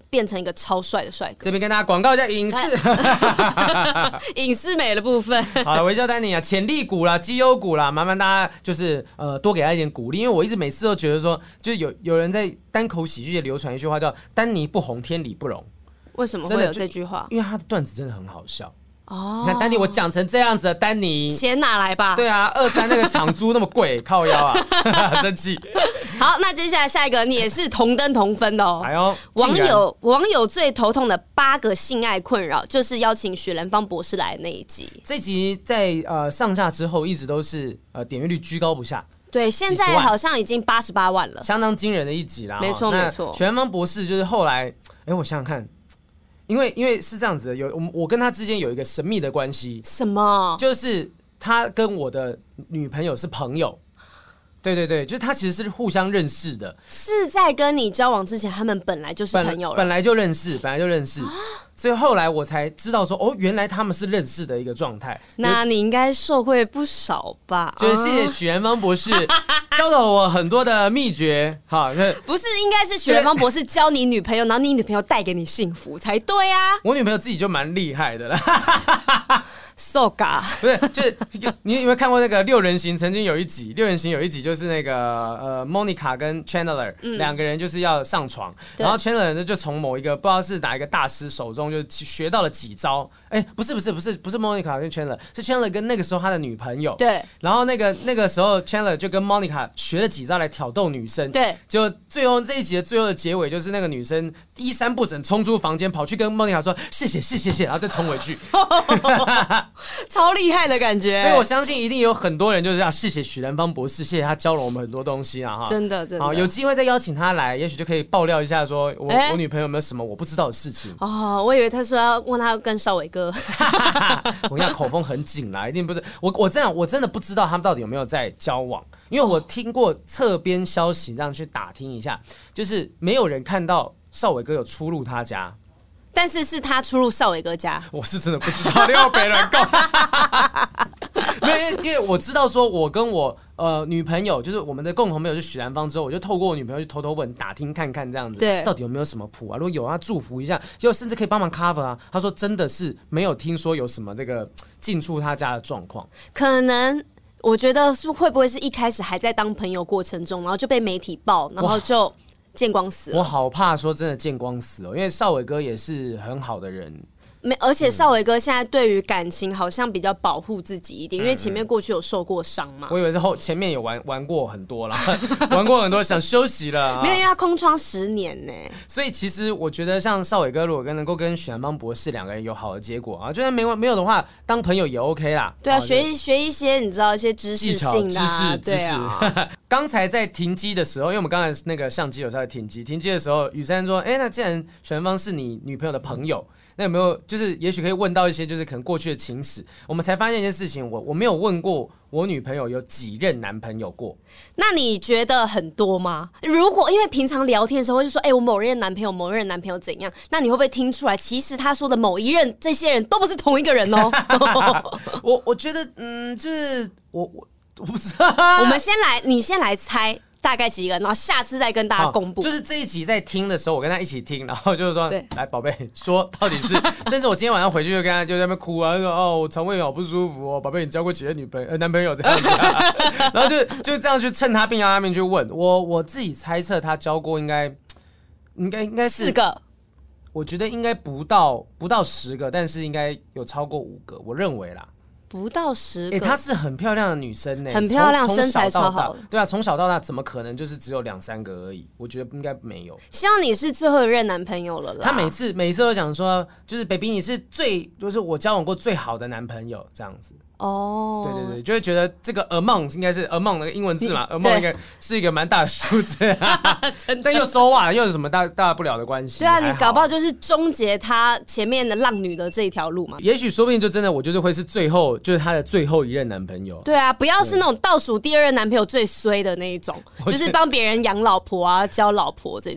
Speaker 2: 变成一个超帅的帅哥。
Speaker 1: 这边跟大家广告一下影视，
Speaker 2: 影视美的部分。
Speaker 1: 好了，微笑丹尼啊，潜力股啦、绩优股啦，麻烦大家就是多给他一点鼓励，因为我一直每次都觉得说，就是有人在单口喜剧界流传一句话叫“丹尼不红，天理不容”。
Speaker 2: 为什么会有这句话？
Speaker 1: 因为他的段子真的很好笑。
Speaker 2: 哦，
Speaker 1: 你看丹尼，我讲成这样子的丹尼，
Speaker 2: 钱拿来吧。
Speaker 1: 对啊，23那个场租那么贵，靠腰啊，生气。
Speaker 2: 好，那接下来下一个你也是同登同分的哦。
Speaker 1: 哎呦，
Speaker 2: 网友最头痛的8个性爱困扰，就是邀请许兰芳博士来的那一集。
Speaker 1: 这集在上架之后，一直都是点阅率居高不下。
Speaker 2: 对，现在好像已经88万了，
Speaker 1: 相当惊人的一集啦。
Speaker 2: 没错没错。
Speaker 1: 许兰芳博士就是后来，我想想看。因为是这样子的，我跟他之间有一个神秘的关系。
Speaker 2: 什么？就是
Speaker 1: 他跟我的女朋友是朋友。对对对，就是他其实是互相认识的。
Speaker 2: 是在跟你交往之前，他们本来就是朋友了，
Speaker 1: 本来就认识，所以后来我才知道说，哦，原来他们是认识的一个状态。
Speaker 2: 那你应该受惠不少吧？
Speaker 1: 就是谢谢许兰芳博士教导了我很多的秘诀。哈，
Speaker 2: 不是应该是许兰芳博士教你女朋友，然后你女朋友带给你幸福才对啊？
Speaker 1: 我女朋友自己就蛮厉害的啦。
Speaker 2: So ga
Speaker 1: 不是，就是你有没有看过那个六人行？曾经有一集，就是那个Monica 跟 Chandler 2个人就是要上床，然后 Chandler 就从某一个不知道是哪一个大师手中就学到了几招。不是 Monica 跟 Chandler， 是 Chandler 跟那个时候他的女朋友。
Speaker 2: 对，
Speaker 1: 然后那个时候 Chandler 就跟 Monica 学了几招来挑逗女生。
Speaker 2: 对，
Speaker 1: 就最后这一集的最后的结尾就是那个女生衣衫不整冲出房间，跑去跟 Monica 说谢谢，然后再冲回去。
Speaker 2: 超厉害的感觉，
Speaker 1: 所以我相信一定有很多人就是要谢谢许兰芳博士，谢谢他教了我们很多东西啊！哈，
Speaker 2: 真的。
Speaker 1: 好，有机会再邀请他来，也许就可以爆料一下说我女朋友有没有什么我不知道的事情。
Speaker 2: 哦，我以为他说要问他跟邵伟哥，
Speaker 1: 我跟你讲口风很紧啦，一定不是我真的不知道他们到底有没有在交往，因为我听过侧边消息，这样去打听一下，就是没有人看到邵伟哥有出入他家。
Speaker 2: 但是是他出入邵伟哥家，
Speaker 1: 我是真的不知道，六北人够。因为我知道说，我跟我女朋友，就是我们的共同朋友是许兰芳之后，我就透过我女朋友去偷偷问打听看看这样子，
Speaker 2: 对，
Speaker 1: 到底有没有什么谱啊？如果有啊，祝福一下，就甚至可以帮忙 cover 啊。他说真的是没有听说有什么这个进出他家的状况，
Speaker 2: 可能。我觉得是会不会是一开始还在当朋友过程中，然后就被媒体爆，然后就见光死了。
Speaker 1: 我好怕说真的见光死哦，因为邵伟哥也是很好的人。
Speaker 2: 而且邵伟哥现在对于感情好像比较保护自己一点，因为前面过去有受过伤嘛。
Speaker 1: 我以为是前面有玩过很多啦，玩过很多，想休息了。
Speaker 2: 没有，因为他空窗10年呢。
Speaker 1: 所以其实我觉得，像邵伟哥如果能够跟许兰芳博士2个人有好的结果啊，就算没有的话，当朋友也 OK 啦。
Speaker 2: 对啊，学一些你知道一些知识性的
Speaker 1: 知识。刚才在停机的时候，因为我们刚才那个相机有稍微停机的时候，雨珊说：“那既然许兰芳是你女朋友的朋友。”那有没有就是也许可以问到一些就是可能过去的情史？我们才发现一件事情，我没有问过我女朋友有几任男朋友过。
Speaker 2: 那你觉得很多吗？如果因为平常聊天的时候就说，我某任男朋友怎样？那你会不会听出来，其实他说的某一任这些人都不是同一个人哦？
Speaker 1: 我觉得就是我不知道。
Speaker 2: 你先来猜。大概几个人，然后下次再跟大家公布。
Speaker 1: 就是这一集在听的时候，我跟他一起听，然后就是说，来宝贝，说到底是，甚至我今天晚上回去就跟他就在那边哭啊，说我肠胃好不舒服哦，宝贝，你交过几任男朋友这样子、啊，然后就这样去趁他病要他命去问我自己猜测他交过应该是
Speaker 2: 4个，
Speaker 1: 我觉得应该不到10个，但是应该有超过5个，我认为啦。
Speaker 2: 不到10个，
Speaker 1: 她是很漂亮的女生呢，
Speaker 2: 很漂亮，身材超好的。
Speaker 1: 对啊，从小到大怎么可能就是只有2-3个而已？我觉得应该没有。
Speaker 2: 希望你是最后一任男朋友了啦。
Speaker 1: 她每次都讲说，就是 baby 你是就是我交往过最好的男朋友这样子。哦，对对对，就会觉得这个 among 应该是 among 那个英文字嘛 ，among 应该是一个蛮大的数字、啊，但又收啊，又有什么大不了的关系？
Speaker 2: 对啊，你搞不好就是终结他前面的浪女的这一条路嘛。
Speaker 1: 也许说不定就真的我就是会是最后就是他的最后一任男朋友。
Speaker 2: 对啊，不要是那种倒数第2任男朋友最衰的那一种，就是帮别人养老婆啊、教老婆这种。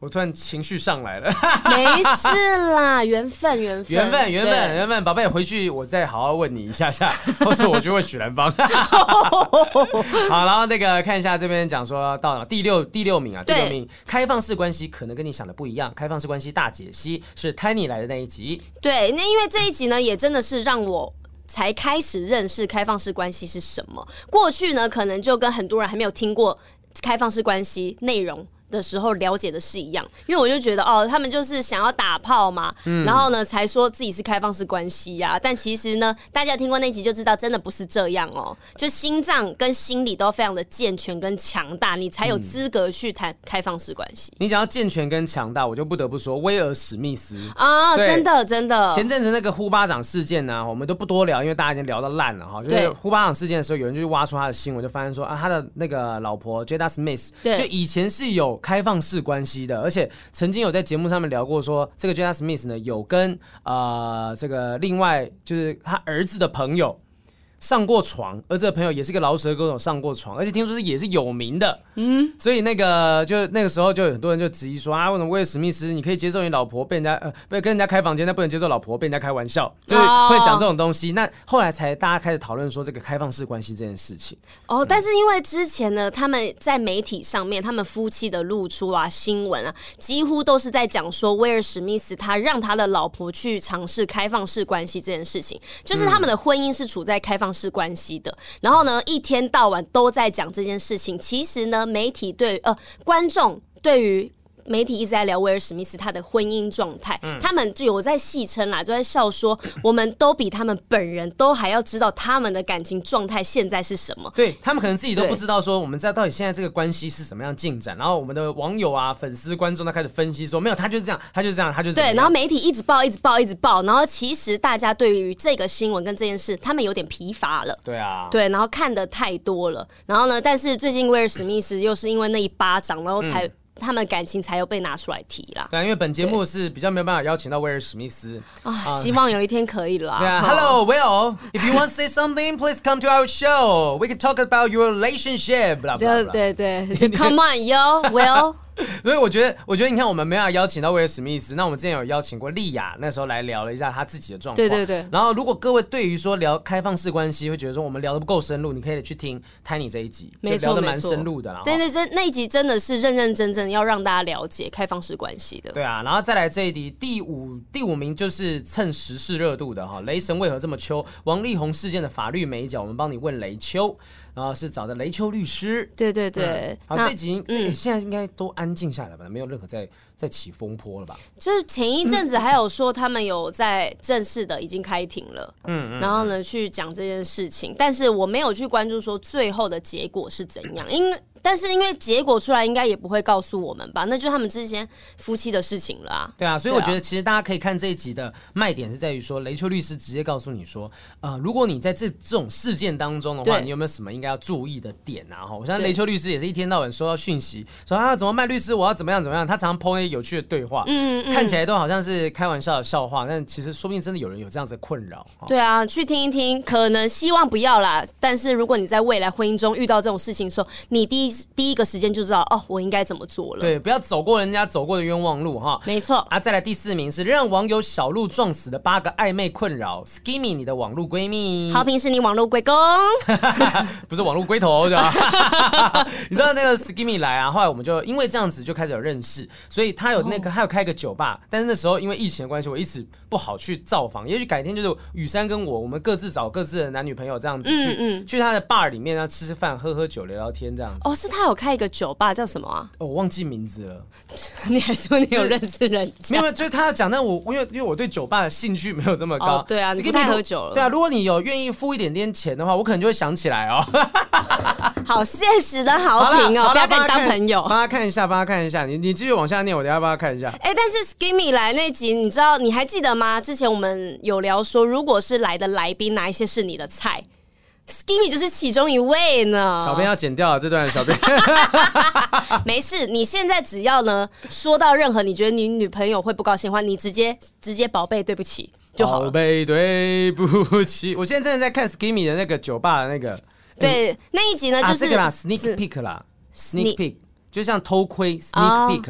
Speaker 1: 我突然情绪上来了，
Speaker 2: 没事啦，缘分，
Speaker 1: 宝贝，回去我再好好问你一下，或是我就问许兰芳。好，然后那个看一下这边讲说到第六名啊，第六名，开放式关系可能跟你想的不一样，开放式关系大解析是 Tiny 来的那一集。
Speaker 2: 对，那因为这一集呢，也真的是让我才开始认识开放式关系是什么。过去呢，可能就跟很多人还没有听过开放式关系内容的时候了解的是一样，因为我就觉得他们就是想要打炮嘛，然后呢才说自己是开放式关系呀，但其实呢，大家听过那集就知道，真的不是这样哦。就心脏跟心理都非常的健全跟强大，你才有资格去谈开放式关系。
Speaker 1: 你讲到健全跟强大，我就不得不说威尔史密斯
Speaker 2: 啊，真的。
Speaker 1: 前阵子那个呼巴掌事件呢，我们都不多聊，因为大家已经聊到烂了哈。就是呼巴掌事件的时候，有人就挖出他的新闻，就发现说他的那个老婆 Jada Smith， 就以前是有开放式关系的，而且曾经有在节目上面聊过说，这个 Jada Smith 呢有跟这个另外就是他儿子的朋友上过床，儿子的朋友也是个饶舌歌手上过床，而且听说也是有名的。所以那个时候就有很多人就质疑说为什么威尔史密斯你可以接受你老婆被人家跟人家开房间，但不能接受老婆被人家开玩笑，就是会讲这种东西。那后来才大家开始讨论说这个开放式关系这件事情。
Speaker 2: 但是因为之前呢，他们在媒体上面，他们夫妻的露出啊、新闻啊，几乎都是在讲说威尔史密斯他让他的老婆去尝试开放式关系这件事情，就是他们的婚姻是处在开放式关系的。然后呢，一天到晚都在讲这件事情。其实呢，媒体观众对于媒体一直在聊威尔史密斯他的婚姻状态，他们就有在戏称啦，就在笑说，我们都比他们本人都还要知道他们的感情状态现在是什么。
Speaker 1: 对，他们可能自己都不知道说我们在到底现在这个关系是什么样进展，然后我们的网友啊、粉丝、观众都开始分析说，没有，他就是这样，他就是这样，他就是这样。
Speaker 2: 对，然后媒体一直报，然后其实大家对于这个新闻跟这件事，他们有点疲乏了。
Speaker 1: 对啊，
Speaker 2: 对，然后看得太多了，然后呢，但是最近威尔史密斯又是因为那一巴掌，然后才。他们感情才有被拿出来提啦。
Speaker 1: 对，因为本节目是比较没有办法邀请到威尔史密斯
Speaker 2: 希望有一天可以啦。
Speaker 1: 对啊，Hello Will, if you want to say something, please come to our show. We can talk about your relationship.
Speaker 2: 对，就 Come on, yo, Will.
Speaker 1: 所以我觉得你看，我们没有邀请到威尔史密斯，那我们之前有邀请过莉亚，那时候来聊了一下她自己的状况。
Speaker 2: 对。
Speaker 1: 然后如果各位对于说聊开放式关系会觉得说我们聊得不够深入，你可以去听 Tiny 这一集，就聊得蛮深入的。
Speaker 2: 对，那一集真的是认认真真要让大家了解开放式关系的。
Speaker 1: 对啊，然后再来这一集第五名就是蹭时事热度的雷神为何这么秋？王力宏事件的法律美角，我们帮你问雷秋。然后是找的雷秋律师，
Speaker 2: 对。
Speaker 1: 好，这集现在应该都安静下来吧，没有任何在起风波了吧？
Speaker 2: 就是前一阵子还有说他们有在正式的已经开庭了，然后呢去讲这件事情，但是我没有去关注说最后的结果是怎样，但是因为结果出来应该也不会告诉我们吧，那就是他们之前夫妻的事情了啊。
Speaker 1: 对啊，所以我觉得其实大家可以看这一集的卖点是在于说，雷秋律师直接告诉你说，如果你在这种事件当中的话，你有没有什么应该要注意的点啊？我相信雷秋律师也是一天到晚收到讯息，说怎么卖律师，我要怎么样，他常常 po 一些有趣的对话，看起来都好像是开玩笑的笑话，但其实说不定真的有人有这样子的困扰。
Speaker 2: 对啊，去听一听，可能希望不要啦，但是如果你在未来婚姻中遇到这种事情的时候，你第一个时间就知道我应该怎么做了。
Speaker 1: 对，不要走过人家走过的冤枉路哈。
Speaker 2: 没错
Speaker 1: 再来第4名是让网友小鹿撞死的8个暧昧困扰 ，Skimmy 你的网路闺蜜，
Speaker 2: 好评是你网路龟公，
Speaker 1: 不是网路龟头对吧？你知道那个 Skimmy 来啊，后来我们就因为这样子就开始有认识，所以他有开一个酒吧，但是那时候因为疫情的关系，我一直不好去造访，也许改天就是雨珊跟我们各自找各自的男女朋友这样子去他的 bar 里面吃饭、喝酒、聊聊天这样子。
Speaker 2: 是他有开一个酒吧叫什么啊？
Speaker 1: 我忘记名字了。
Speaker 2: 你还说你有认识人家？
Speaker 1: 没有，就是他讲，但因为我对酒吧的兴趣没有这么高。
Speaker 2: 对啊，你不太喝酒了。
Speaker 1: 对啊，如果你有愿意付一点点钱的话，我可能就会想起来哦。
Speaker 2: 好现实的好评哦，不要跟你当朋友。
Speaker 1: 帮他看一下，你继续往下念，我等一下帮他看一下。
Speaker 2: 但是 Skimmy 来那集，你还记得吗？之前我们有聊说，如果是来的来宾，哪一些是你的菜？Skimmy 就是其中一位呢。
Speaker 1: 小编要剪掉了这段，小编
Speaker 2: 没事，你现在只要呢说到任何你觉得你女朋友会不高兴的话，你直接宝贝对不起就好了。
Speaker 1: 宝贝对不起，我现在真的在看 Skimmy 的那个酒吧的那个。
Speaker 2: 对，那一集呢就是
Speaker 1: 这个啦 ，sneak peek 啦 ，sneak peek 就像偷窥 sneak peek。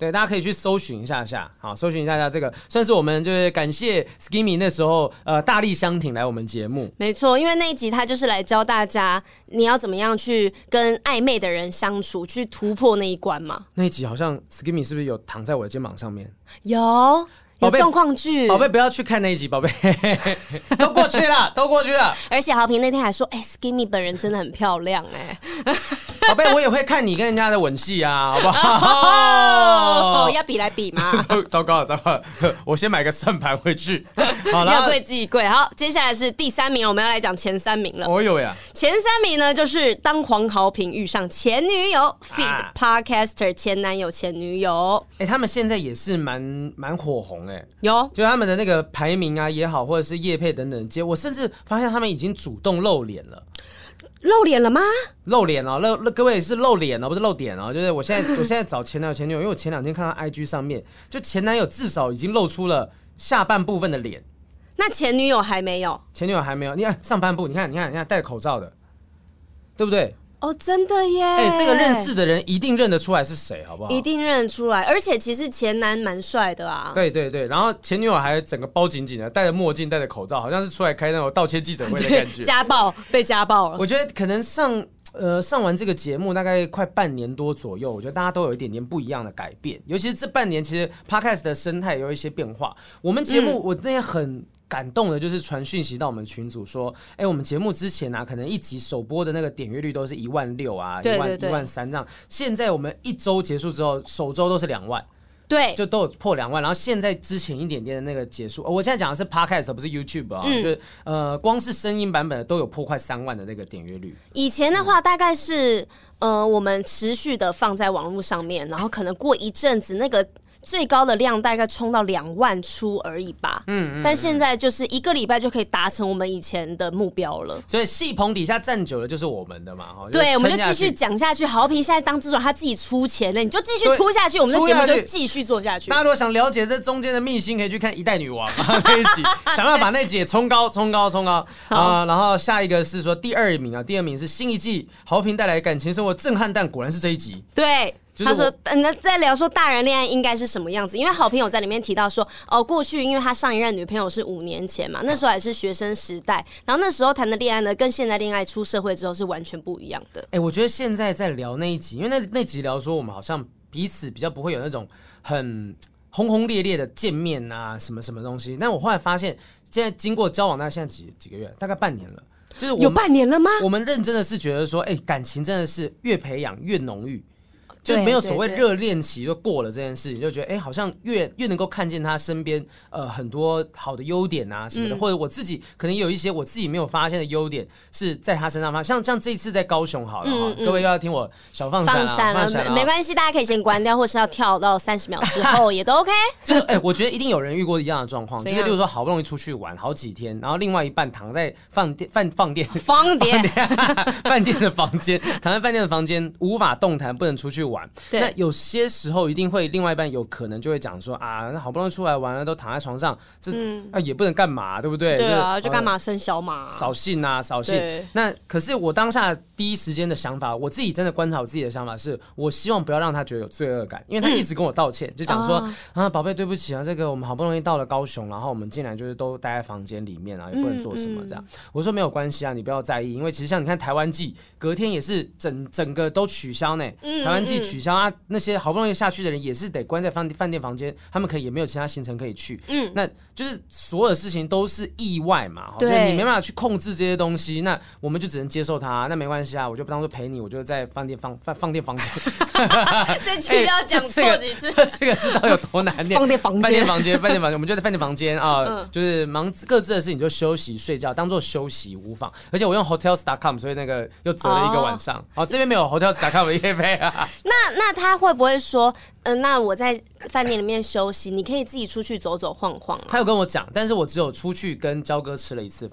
Speaker 1: 对，大家可以去搜寻一下，好，搜寻一下这个，算是我们就是感谢 Skimmy 那时候大力相挺来我们节目。
Speaker 2: 没错，因为那一集他就是来教大家你要怎么样去跟暧昧的人相处，去突破那一关嘛。
Speaker 1: 那一集好像 Skimmy 是不是有躺在我的肩膀上面？
Speaker 2: 有状况剧，
Speaker 1: 宝贝不要去看那一集，宝贝都过去了，都过去了。
Speaker 2: 而且豪平那天还说，Skimmy 本人真的很漂亮
Speaker 1: 宝贝，我也会看你跟人家的吻戏啊，好不好？
Speaker 2: 要比来比吗？
Speaker 1: 糟糕了，我先买个算盘回去。好了，
Speaker 2: 要贵自己贵。好，接下来是第3名，我们要来讲前3名了。
Speaker 1: 哦呦呀，
Speaker 2: 前3名呢，就是当黄豪平遇上前女友 ，feed podcaster 前男友前女友。
Speaker 1: 他们现在也是蛮火红
Speaker 2: 有，
Speaker 1: 就他们的那个排名啊也好，或者是业配等等，我甚至发现他们已经主动露脸了。
Speaker 2: 露脸了吗？
Speaker 1: 露脸哦，各位是露脸哦，不是露点哦。就是我现在找前男友前女友，因为我前2天看到 IG 上面，就前男友至少已经露出了下半部分的脸，
Speaker 2: 那前女友还没有。
Speaker 1: 前女友还没有，你看上半部，你看戴口罩的，对不对？
Speaker 2: 哦，真的耶！
Speaker 1: 这个认识的人一定认得出来是谁，好不好？
Speaker 2: 一定认得出来，而且其实前男蛮帅的啊。
Speaker 1: 对，然后前女友还整个包紧紧的，戴着墨镜，戴着口罩，好像是出来开那种道歉记者会的感觉。
Speaker 2: 被家暴了。
Speaker 1: 我觉得可能上完这个节目大概快半年多左右，我觉得大家都有一点点不一样的改变，尤其是这半年，其实 Podcast 的生态有一些变化。我们节目我那天很感动的就是传讯息到我们群组说，我们节目之前啊，可能一集首播的那个点阅率都是16000啊，13000这样。现在我们1周结束之后，首周都是2万。
Speaker 2: 对，
Speaker 1: 就都有破2万，然后现在之前一点点的那个结束，我现在讲的是 podcast 不是 YouTube 啊，就是光是声音版本的都有破快3万的那个点阅率。
Speaker 2: 以前的话大概是我们持续的放在网络上面，然后可能过一阵子那个最高的量大概冲到2万出而已吧。但现在就是1个礼拜就可以达成我们以前的目标了。
Speaker 1: 所以戏棚底下站久了就是我们的嘛，
Speaker 2: 对，我们就继续讲下去。豪平现在当制作人，他自己出钱了，你就继续出下去，我们的节目就继续做下去。
Speaker 1: 大家如果想了解这中间的秘辛，可以去看《一代女王》那一集，想办法把那集也冲高然后下一个是说第2名啊，第2名是新一季豪平带来感情生活震撼弹，果然是这一集。
Speaker 2: 对。他说：“在聊说大人恋爱应该是什么样子，因为好朋友在里面提到说，过去因为他上一任女朋友是5年前嘛，那时候还是学生时代，然后那时候谈的恋爱呢，跟现在恋爱出社会之后是完全不一样的。
Speaker 1: 我觉得现在在聊那一集，因为那集聊说我们好像彼此比较不会有那种很轰轰烈烈的见面啊，什么什么东西。但我后来发现，现在经过交往，那现在几个月，大概半年了，就是
Speaker 2: 有半年了吗？
Speaker 1: 我们认真的是觉得说，感情真的是越培养越浓郁。”就没有所谓热恋期就过了这件事情，就觉得好像越能够看见他身边很多好的优点啊什么的，或者我自己可能有一些我自己没有发现的优点是在他身上发现，像这一次在高雄好了各位又要听我小放闪了，
Speaker 2: 没关系，大家可以先关掉，或是要跳到30秒之后也都 OK。
Speaker 1: 就是我觉得一定有人遇过一样的状况，就是例如说好不容易出去玩好几天，然后另外一半躺在饭店的房间，躺在饭店的房间无法动弹，不能出去玩。那有些时候一定会另外一半有可能就会讲说啊，那好不容易出来玩了，都躺在床上，这也不能干嘛，对不对？
Speaker 2: 对啊，就干嘛生小马
Speaker 1: 扫兴啊，扫兴。那可是我当下第一时间的想法，我自己真的观察我自己的想法是，我希望不要让他觉得有罪恶感，因为他一直跟我道歉，就讲说宝贝对不起啊，这个我们好不容易到了高雄，然后我们竟然就是都待在房间里面啊，也不能做什么这样。我说没有关系啊，你不要在意，因为其实像你看台湾季隔天也是整个都取消呢，台湾季取消啊，那些好不容易下去的人也是得关在饭店房间，他们可能也没有其他行程可以去，那就是所有的事情都是意外嘛，对，你没办法去控制这些东西，那我们就只能接受它，那没关系啊，我就当做陪你，我就在饭店房间，
Speaker 2: 这句要讲错几次，
Speaker 1: 这个知道有多难念，饭店房间，我们就在饭店房间啊，就是忙各自的事情就休息睡觉，当做休息无妨，而且我用 hotels.com， 所以那个又折了一个晚上，这边没有 hotels.com 的业配啊。
Speaker 2: 那他会不会说，那我在饭店里面休息，你可以自己出去走走晃晃啊？
Speaker 1: 他有跟我讲，但是我只有出去跟焦哥吃了1次饭。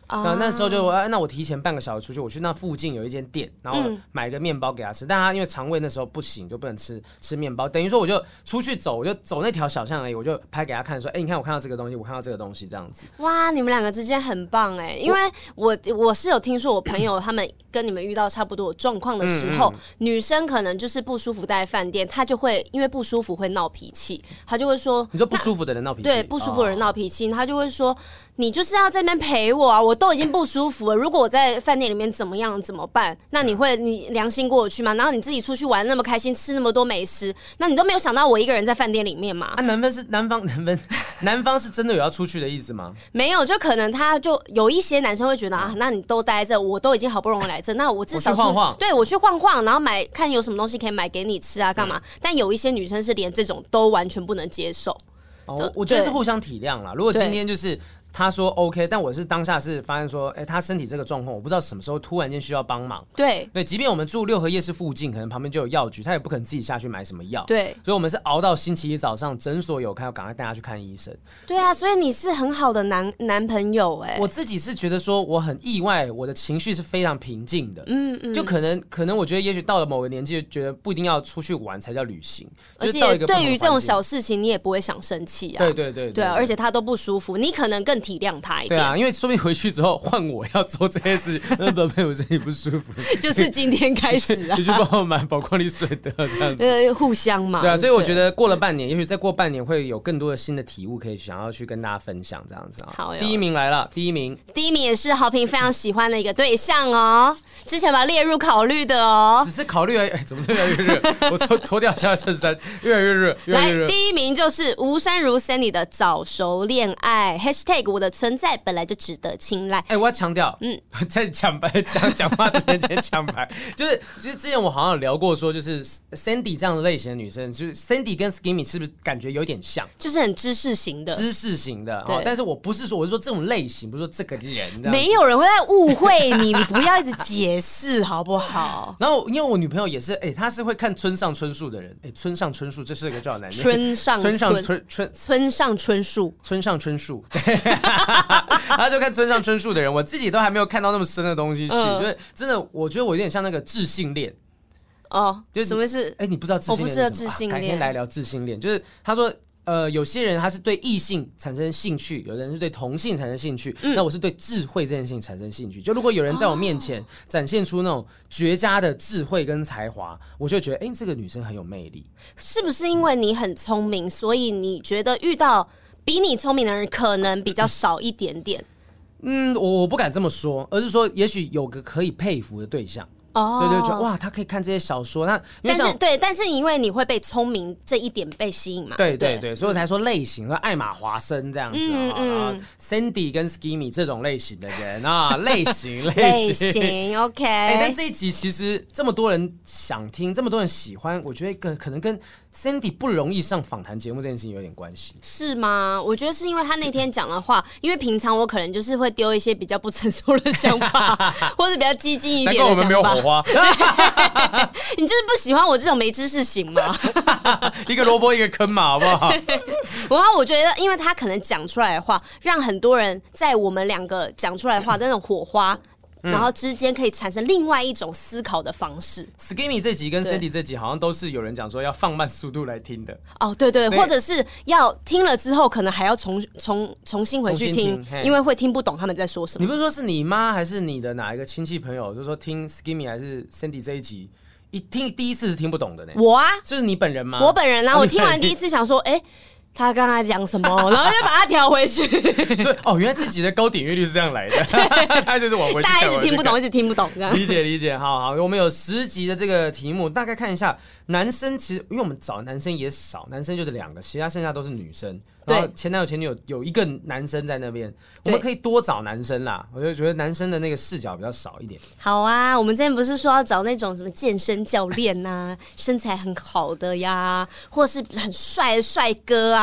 Speaker 1: 那时候就那我提前半个小时出去，我去那附近有一间店，然后买个面包给他吃，但他因为肠胃那时候不行，就不能吃面包，等于说我就出去走，我就走那条小巷而已，我就拍给他看说，你看我看到这个东西，我看到这个东西这样子。
Speaker 2: 哇，你们两个之间很棒哎，因为我是有听说我朋友他们跟你们遇到差不多状况的时候，女生可能就是不舒服待在饭店，她就会因为不舒服会闹脾气，她就会说，
Speaker 1: 你说不舒服的人闹脾气，
Speaker 2: 对，不舒服的人闹脾气，她就会说，你就是要在那边陪我啊，我都已经不舒服了，如果我在饭店里面怎么样怎么办？那你良心过得去吗？然后你自己出去玩那么开心，吃那么多美食，那你都没有想到我一个人在饭店里面吗？
Speaker 1: 男方是真的有要出去的意思吗？
Speaker 2: 没有，就可能他就有一些男生会觉得那你都待在这，我都已经好不容易来这，那我至少
Speaker 1: 我去晃晃，
Speaker 2: 对，我去晃晃，然后看有什么东西可以买给你吃啊，干嘛？但有一些女生是连这种都完全不能接受。
Speaker 1: 我觉得是互相体谅啦。如果今天就是他说 OK， 但我是当下是发现说，他身体这个状况，我不知道什么时候突然间需要帮忙。
Speaker 2: 对，
Speaker 1: 即便我们住六合夜市附近，可能旁边就有药局，他也不可能自己下去买什么药。
Speaker 2: 对，
Speaker 1: 所以我们是熬到星期一早上，诊所有开，要赶快带他去看医生。
Speaker 2: 对啊，所以你是很好的男朋友哎。
Speaker 1: 我自己是觉得说，我很意外，我的情绪是非常平静的。就可能我觉得，也许到了某个年纪，就觉得不一定要出去玩才叫旅行。
Speaker 2: 而且对于这种小事情，你也不会想生气啊。对啊，而且他都不舒服，你可能更体谅他一点。
Speaker 1: 因为说不定回去之后换我要做这些事，我身体不舒服，
Speaker 2: 就是今天开始啊，
Speaker 1: 就去帮我买宝矿力水的这样子，
Speaker 2: 互相嘛。
Speaker 1: 对啊，所以我觉得过了半年，也许再过半年会有更多的新的体悟可以想要去跟大家分享这样子啊。
Speaker 2: 好，
Speaker 1: 第一名来了，第一名
Speaker 2: 也是豪平非常喜欢的一个对象哦，之前把它列入考虑的哦，
Speaker 1: 只是考虑而已，怎么越来越热？我脱掉下衬衫，越来越热，越来越热。
Speaker 2: 来，第一名就是吴珊如 Sandy 的早熟恋爱 #我的存在本来就值得青睐。
Speaker 1: 我要强调，在讲话之前先抢牌，就是之前我好像有聊过说，就是 Sandy 这样的类型的女生，就是 Sandy 跟 Skimmy 是不是感觉有点像？
Speaker 2: 就是很知识型的，
Speaker 1: 但是我不是说，我是说这种类型，不是说这个人，
Speaker 2: 没有人会在误会你，你不要一直解释好不好？
Speaker 1: 然后因为我女朋友也是，她是会看村上春树的人，村上春树这是个叫男人，
Speaker 2: 村上春树，
Speaker 1: 他就看村上春树的人，我自己都还没有看到那么深的东西去，就是真的，我觉得我有点像那个智性恋。
Speaker 2: 就是什么是？
Speaker 1: 你不知道智性恋是什么？
Speaker 2: 我不知道智性恋，
Speaker 1: 改天来聊智性恋。就是他说，有些人他是对异性产生兴趣，有的人是对同性产生兴趣，那我是对智慧这件事情产生兴趣。就如果有人在我面前展现出那种绝佳的智慧跟才华，我就觉得，这个女生很有魅力。
Speaker 2: 是不是因为你很聪明，所以你觉得遇到比你聪明的人可能比较少一点点？
Speaker 1: 我不敢这么说，而是说，也许有个可以佩服的对象。对，觉得哇，他可以看这些小说，
Speaker 2: 但是因为你会被聪明这一点被吸引嘛？
Speaker 1: 对，所以我才说类型，艾玛华森这样子，Sandy 跟 Skimmy 这种类型的人啊，类型
Speaker 2: OK。
Speaker 1: 但这一集其实这么多人想听，这么多人喜欢，我觉得可能跟 Sandy 不容易上访谈节目这件事情有点关系，
Speaker 2: 是吗？我觉得是因为他那天讲的话，因为平常我可能就是会丢一些比较不成熟的想法，或者比较激进一点的想法。你就是不喜欢我这种没知识型吗？
Speaker 1: 一个萝卜一个坑嘛，好不好？
Speaker 2: 然后我觉得，因为他可能讲出来的话，让很多人在我们两个讲出来的话的那种火花。然后之间可以产生另外一种思考的方式。
Speaker 1: Skimmy 这集跟 Sandy 这集好像都是有人讲说要放慢速度来听的。
Speaker 2: 对，或者是要听了之后可能还要重新回去听，因为会听不懂他们在说什么。
Speaker 1: 你不是说是你妈还是你的哪一个亲戚朋友，就是说听 Skimmy 还是 Sandy 这一集，第一次是听不懂的呢？
Speaker 2: 我啊，
Speaker 1: 就是你本人吗？
Speaker 2: 我本人啊，我听完第一次想说，他刚才讲什么，然后就把它调回去。
Speaker 1: 原来自己的高点阅率是这样来的，他就是往回去。
Speaker 2: 大家一直听不懂，一直听不懂，这样。
Speaker 1: 理解，好，我们有10集的这个题目，大概看一下。男生其实，因为我们找男生也少，男生就是2个，其他剩下都是女生。然后前男友前女友有一个男生在那边，我们可以多找男生啦。我就觉得男生的那个视角比较少一点。
Speaker 2: 好啊，我们之前不是说要找那种什么健身教练啊，身材很好的呀，或是很帅的帅哥啊，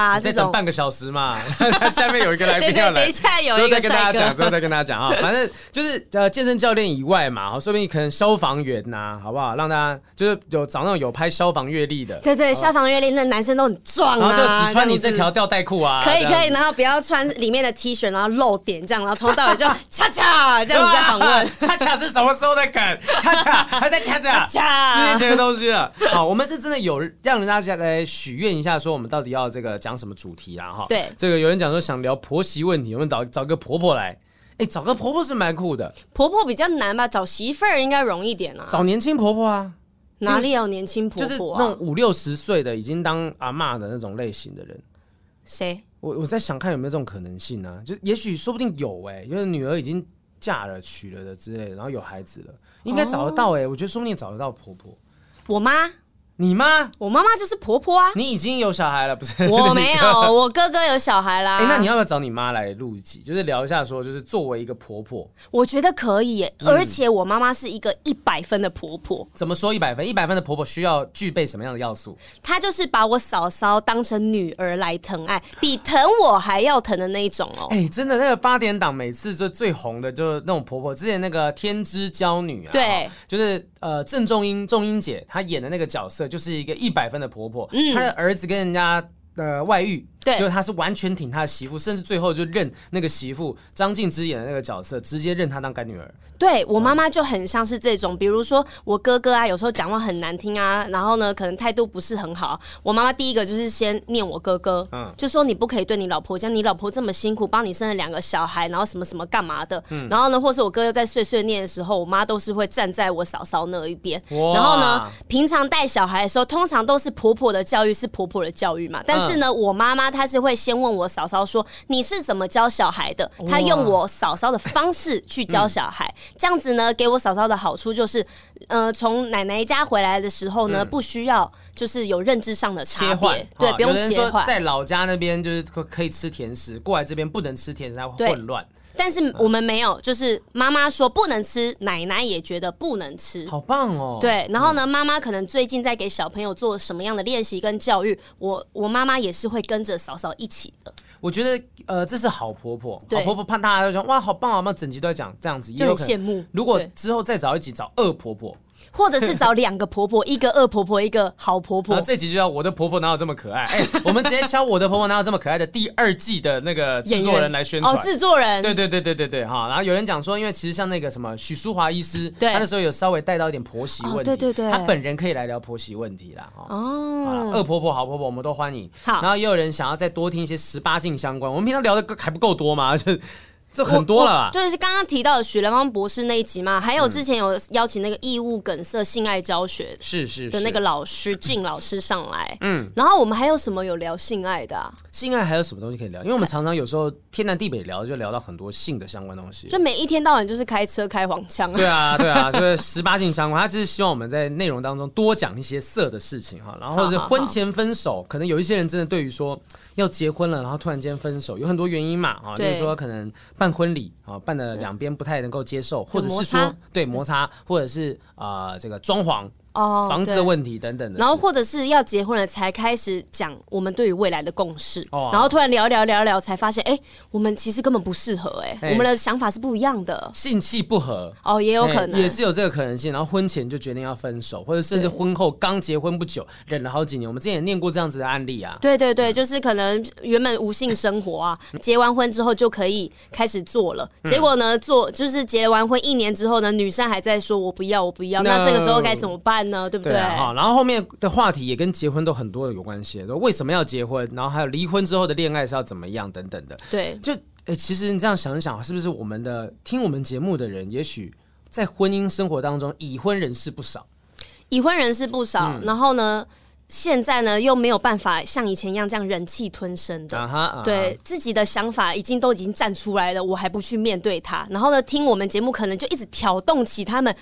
Speaker 2: 啊，这种
Speaker 1: 你再等半个小时嘛，下面有一个来宾要来，
Speaker 2: 对，等一下有一个帅哥，
Speaker 1: 之后再跟大家讲啊。反正就是健身教练以外嘛，说不定可能消防员呐，好不好？让大家就是找那种有拍消防阅历的，
Speaker 2: 对，消防阅历那男生都很壮啊，
Speaker 1: 然后就只穿你这条吊带裤啊，
Speaker 2: 可以，然后不要穿里面的 T 恤，然后露点这样，然后从头到尾就恰恰这样子在访问。
Speaker 1: 恰恰是什么时候的梗？恰恰还在恰恰，10年前的东西了。好，我们是真的有让大家来许愿一下，说我们到底要这个讲什么主题啦？哈，
Speaker 2: 对，
Speaker 1: 这个有人讲说想聊婆媳问题，我们找个婆婆来。找个婆婆是蛮酷的，
Speaker 2: 婆婆比较难吧？找媳妇儿应该容易点啊。
Speaker 1: 找年轻婆婆啊，
Speaker 2: 哪里有年轻婆婆啊？
Speaker 1: 就是那种50-60岁的已经当阿嬷的那种类型的人。
Speaker 2: 谁？
Speaker 1: 我在想看有没有这种可能性啊？就也许说不定有因为女儿已经嫁了、娶了的之类的，然后有孩子了，应该找得到我觉得说不定找得到婆婆。
Speaker 2: 我妈。
Speaker 1: 你妈？
Speaker 2: 我妈妈就是婆婆啊！
Speaker 1: 你已经有小孩了，不是？
Speaker 2: 我没有，我哥哥有小孩啦。
Speaker 1: 那你要不要找你妈来录一集，就是聊一下说，就是作为一个婆婆，
Speaker 2: 我觉得可以耶。而且我妈妈是一个100分的婆婆。
Speaker 1: 怎么说100分？100分的婆婆需要具备什么样的要素？
Speaker 2: 她就是把我嫂嫂当成女儿来疼爱，比疼我还要疼的那一种哦。
Speaker 1: 真的，那个8点档每次就最红的就是那种婆婆，之前那个天之娇女啊，
Speaker 2: 对，
Speaker 1: 就是郑仲英姐她演的那个角色，就是一个100分的婆婆，她的儿子跟人家外遇，
Speaker 2: 对，
Speaker 1: 结果她是完全挺她的媳妇，甚至最后就认那个媳妇张静之演的那个角色，直接认她当干女儿。
Speaker 2: 对，我妈妈就很像是这种，比如说我哥哥啊，有时候讲话很难听啊，然后呢，可能态度不是很好。我妈妈第一个就是先念我哥哥，就说你不可以对你老婆这样，你老婆这么辛苦，帮你生了2个小孩，然后什么什么干嘛的。然后呢，或是我哥哥在碎碎念的时候，我妈都是会站在我嫂嫂那一边。然后呢，平常带小孩的时候，通常都是婆婆的教育是婆婆的教育嘛，但是呢，我妈妈她是会先问我嫂嫂说你是怎么教小孩的，她用我嫂嫂的方式去教小孩。这样子呢，给我嫂嫂的好处就是，从奶奶家回来的时候呢，不需要就是有认知上的差别，对，不用切换。
Speaker 1: 有人说在老家那边就是可以吃甜食，过来这边不能吃甜食，它会混乱。
Speaker 2: 但是我们没有，就是妈妈说不能吃，奶奶也觉得不能吃，
Speaker 1: 好棒哦。
Speaker 2: 对，然后呢，妈妈可能最近在给小朋友做什么样的练习跟教育，我妈妈也是会跟着嫂嫂一起的。
Speaker 1: 我觉得这是好婆婆，好婆婆怕大家都说哇好棒啊，那整集都在讲这样子，也有可能
Speaker 2: 羡慕。
Speaker 1: 如果之后再找一集找恶婆婆。
Speaker 2: 或者是找2个婆婆，一个恶婆婆，一个好婆婆。
Speaker 1: 这集就叫我的婆婆哪有这么可爱？我们直接敲我的婆婆哪有这么可爱的第2季的那个制作人来宣传。
Speaker 2: 制作人。
Speaker 1: 对哈。然后有人讲说，因为其实像那个什么许淑华医师，他那时候有稍微带到一点婆媳问题，
Speaker 2: 对，
Speaker 1: 他本人可以来聊婆媳问题啦。恶婆婆、好婆婆我们都欢迎。
Speaker 2: 好，
Speaker 1: 然后也有人想要再多听一些18禁相关，我们平常聊的还不够多吗？就这很多了吧？
Speaker 2: 就是刚刚提到的许兰芳博士那一集嘛，还有之前有邀请那个异物梗塞性爱教学的那个老师俊老师上来，然后我们还有什么有聊性爱的啊？
Speaker 1: 性爱还有什么东西可以聊？因为我们常常有时候天南地北聊，就聊到很多性的相关东西，
Speaker 2: 就每一天到晚就是开车开黄腔。
Speaker 1: 对啊，就是18禁相关，他就是希望我们在内容当中多讲一些色的事情哈，然后或者是婚前分手，可能有一些人真的对于说要结婚了，然后突然间分手，有很多原因嘛啊，例如说可能办婚礼啊，办的两边不太能够接受，或者是说摩擦，或者是这个装潢。房子的问题等等的，
Speaker 2: 然后或者是要结婚了才开始讲我们对于未来的共识，然后突然聊才发现，我们其实根本不适合，我们的想法是不一样的，
Speaker 1: 性气不合，
Speaker 2: 也有可能，
Speaker 1: 也是有这个可能性。然后婚前就决定要分手，或者甚至婚后刚结婚不久，忍了好几年。我们之前也念过这样子的案例啊。
Speaker 2: 对，就是可能原本无性生活啊，结完婚之后就可以开始做了，结果呢，就是结完婚1年之后呢，女生还在说我不要，那这个时候该怎么办？对不对？
Speaker 1: 然后后面的话题也跟结婚都很多有关系，为什么要结婚？然后还有离婚之后的恋爱是要怎么样等等的。
Speaker 2: 对，
Speaker 1: 就其实你这样想一想，是不是我们的听我们节目的人，也许在婚姻生活当中，已婚人士不少，
Speaker 2: 然后呢？现在呢，又没有办法像以前一样这样忍气吞声的，对自己的想法都已经站出来了，我还不去面对它，然后呢，听我们节目可能就一直挑动起他们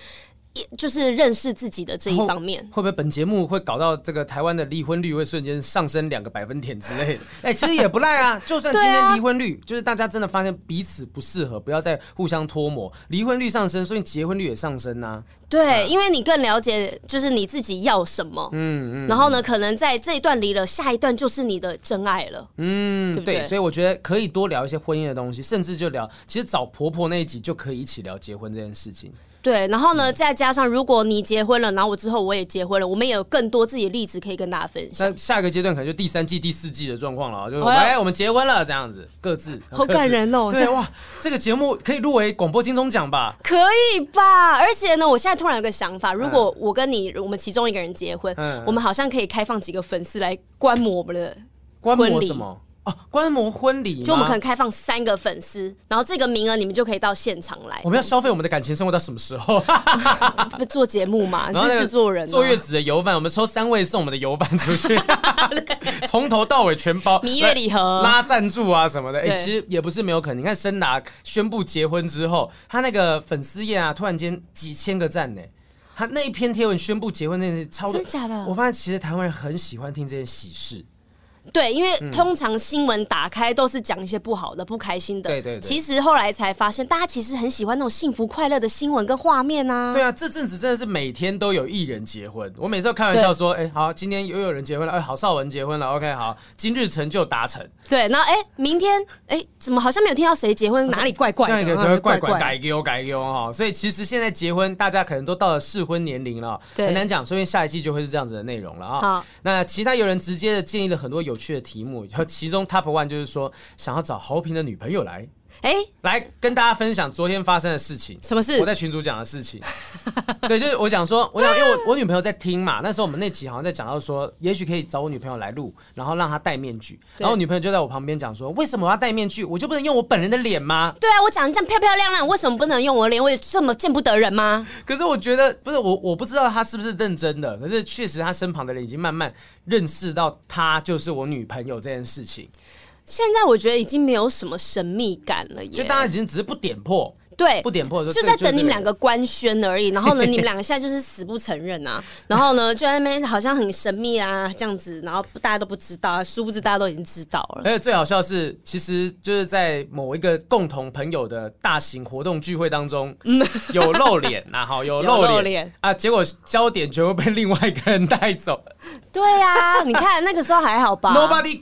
Speaker 2: 就是认识自己的这一方面。
Speaker 1: 会不会本节目会搞到这个台湾的离婚率会瞬间上升2个百分点之类的？其实也不赖啊。就算今天离婚率，就是大家真的发现彼此不适合，不要再互相拖磨，离婚率上升，所以结婚率也上升啊。
Speaker 2: 对，因为你更了解就是你自己要什么，然后呢，可能在这一段离了，下一段就是你的真爱了，对不对？
Speaker 1: 对，所以我觉得可以多聊一些婚姻的东西，甚至就聊，其实找婆婆那一集就可以一起聊结婚这件事情。
Speaker 2: 对，然后呢，再加上如果你结婚了，然后我之后我也结婚了，我们也有更多自己的例子可以跟大家分享。
Speaker 1: 那下一个阶段可能就第3季、第4季的状况了，就是我们结婚了这样子，各自
Speaker 2: 好感人哦。
Speaker 1: 对哇，这个节目可以入围广播金钟奖吧？
Speaker 2: 可以吧？而且呢，我现在突然有个想法，如果我跟你，我们其中一个人结婚，我们好像可以开放几个粉丝来观摩我们的
Speaker 1: 观摩什么？观摩婚礼吗？
Speaker 2: 就我们可能开放3个粉丝，然后这个名额你们就可以到现场来。
Speaker 1: 我们要消费我们的感情生活到什么时候？
Speaker 2: 做节目嘛，你是制作人，
Speaker 1: 坐月子的油饭，我们抽3位送我们的油饭出去，从头到尾全包，
Speaker 2: 蜜月礼盒、
Speaker 1: 拉赞助啊什么的。其实也不是没有可能。你看申达宣布结婚之后，他那个粉丝页啊，突然间几千个赞呢。他那一篇贴文宣布结婚那件事，超
Speaker 2: 真的假的？
Speaker 1: 我发现其实台湾人很喜欢听这些喜事。
Speaker 2: 对，因为通常新闻打开都是讲一些不好的、不开心的。
Speaker 1: 对。
Speaker 2: 其实后来才发现，大家其实很喜欢那种幸福快乐的新闻跟画面啊。
Speaker 1: 对啊，这阵子真的是每天都有艺人结婚。我每次都开玩笑说，好，今天又有人结婚了，郝邵文结婚了 ，OK， 好，今日成就达成。
Speaker 2: 对，然后明天怎么好像没有听到谁结婚，哪里怪怪的？
Speaker 1: 这样一个就会怪改丢哈。所以其实现在结婚，大家可能都到了适婚年龄了，很难讲，说不定下一季就会是这样子的内容了啊。好，那其他有人直接的建议了很多有趣的题目。其中 Top 1就是说想要找豪平的女朋友来来跟大家分享昨天发生的事情。
Speaker 2: 什么事？
Speaker 1: 我在群组讲的事情。对，就是我讲说，因为我女朋友在听嘛，那时候我们那集好像在讲到说，也许可以找我女朋友来录，然后让她戴面具。然后我女朋友就在我旁边讲说，为什么我要戴面具？我就不能用我本人的脸吗？
Speaker 2: 对啊，我长得这样漂漂亮亮，为什么不能用我的脸？我有这么见不得人吗？
Speaker 1: 可是我觉得不是我不知道她是不是认真的，可是确实她身旁的人已经慢慢认识到她就是我女朋友这件事情。
Speaker 2: 现在我觉得已经没有什么神秘感了耶，
Speaker 1: 就大家已经只是不点破。
Speaker 2: 对，
Speaker 1: 不点破的时候
Speaker 2: 就在等你们两个官宣而已。然后呢，你们两个现在就是死不承认啊。然后呢，就在那边好像很神秘啊这样子，然后大家都不知道，殊不知大家都已经知道了。
Speaker 1: 而且最好笑的是，其实就是在某一个共同朋友的大型活动聚会当中，有露脸啊，好有露脸啊，结果焦点全部被另外一个人带走。
Speaker 2: 对啊，你看那个时候还好吧
Speaker 1: ？Nobody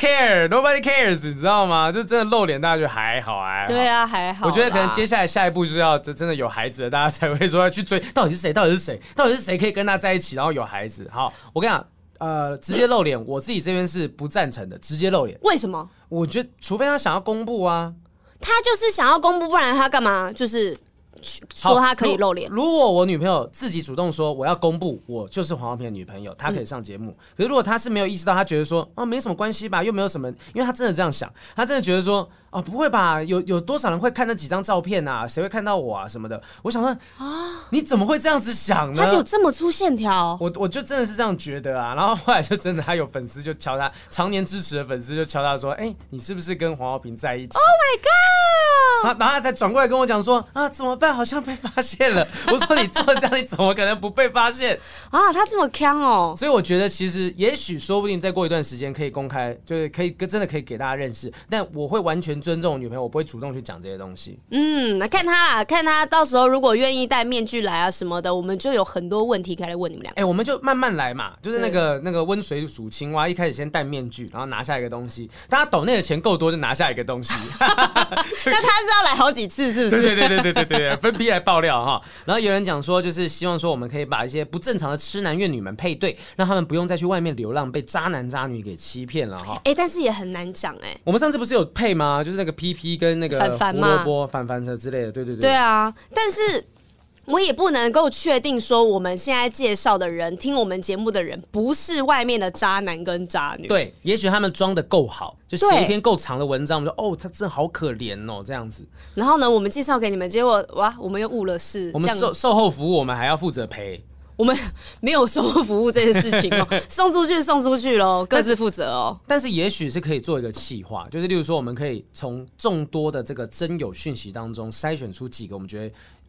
Speaker 1: cares， 你知道吗？就真的露脸，大家觉得还好。
Speaker 2: 对啊，还好。
Speaker 1: 我觉得可能接下来下一步就是要真的有孩子了，大家才会说要去追，到底是谁可以跟他在一起，然后有孩子。好，我跟你讲，直接露脸，我自己这边是不赞成的，直接露脸。
Speaker 2: 为什么？
Speaker 1: 我觉得除非他想要公布啊，
Speaker 2: 他就是想要公布，不然他干嘛？就是说他可以露脸。
Speaker 1: 如果我女朋友自己主动说我要公布我就是黄浩平的女朋友，她可以上节目。可是如果她是没有意识到，她觉得说没什么关系吧，又没有什么，因为她真的这样想，她真的觉得说不会吧，有多少人会看那几张照片啊？谁会看到我啊什么的？我想说你怎么会这样子想呢？
Speaker 2: 他有这么粗线条？
Speaker 1: 我就真的是这样觉得啊。然后后来就真的，他有粉丝就敲他，常年支持的粉丝就敲他说：“你是不是跟黄浩平在一起
Speaker 2: ？”Oh my god！
Speaker 1: 然后他才转过来跟我讲说：“怎么办？好像被发现了。”我说：“你做这样，你怎么可能不被发现
Speaker 2: 啊？”他这么强哦。
Speaker 1: 所以我觉得其实也许说不定再过一段时间可以公开，就是可以真的可以给大家认识，但我会完全尊重我女朋友，我不会主动去讲这些东西。
Speaker 2: 那看他啦，看他到时候如果愿意戴面具来啊什么的，我们就有很多问题可以来问你们俩。
Speaker 1: 我们就慢慢来嘛，就是那个温水煮青蛙，一开始先戴面具，然后拿下一个东西，大家抖内的钱够多就拿下一个东西。
Speaker 2: 那他是要来好几次是不是？
Speaker 1: 对，分批来爆料哈。然后有人讲说，就是希望说我们可以把一些不正常的痴男怨女们配对，让他们不用再去外面流浪，被渣男渣女给欺骗了哈。
Speaker 2: 但是也很难讲
Speaker 1: 我们上次不是有配吗？就是那个 PP 跟那个胡萝卜反车之类的，对。
Speaker 2: 对啊，但是我也不能够确定说我们现在介绍的人，听我们节目的人，不是外面的渣男跟渣女。
Speaker 1: 对，也许他们装的够好，就写一篇够长的文章，我们说他真的好可怜哦，这样子。
Speaker 2: 然后呢，我们介绍给你们，结果我们又误了事。
Speaker 1: 我们售后服务，我们还要负责赔。
Speaker 2: 我们没有售后服务这件事情送出去咯，各自负责哦。
Speaker 1: 但是也许是可以做一个企划，就是例如说，我们可以从众多的这个真有讯息当中筛选出几个我们觉得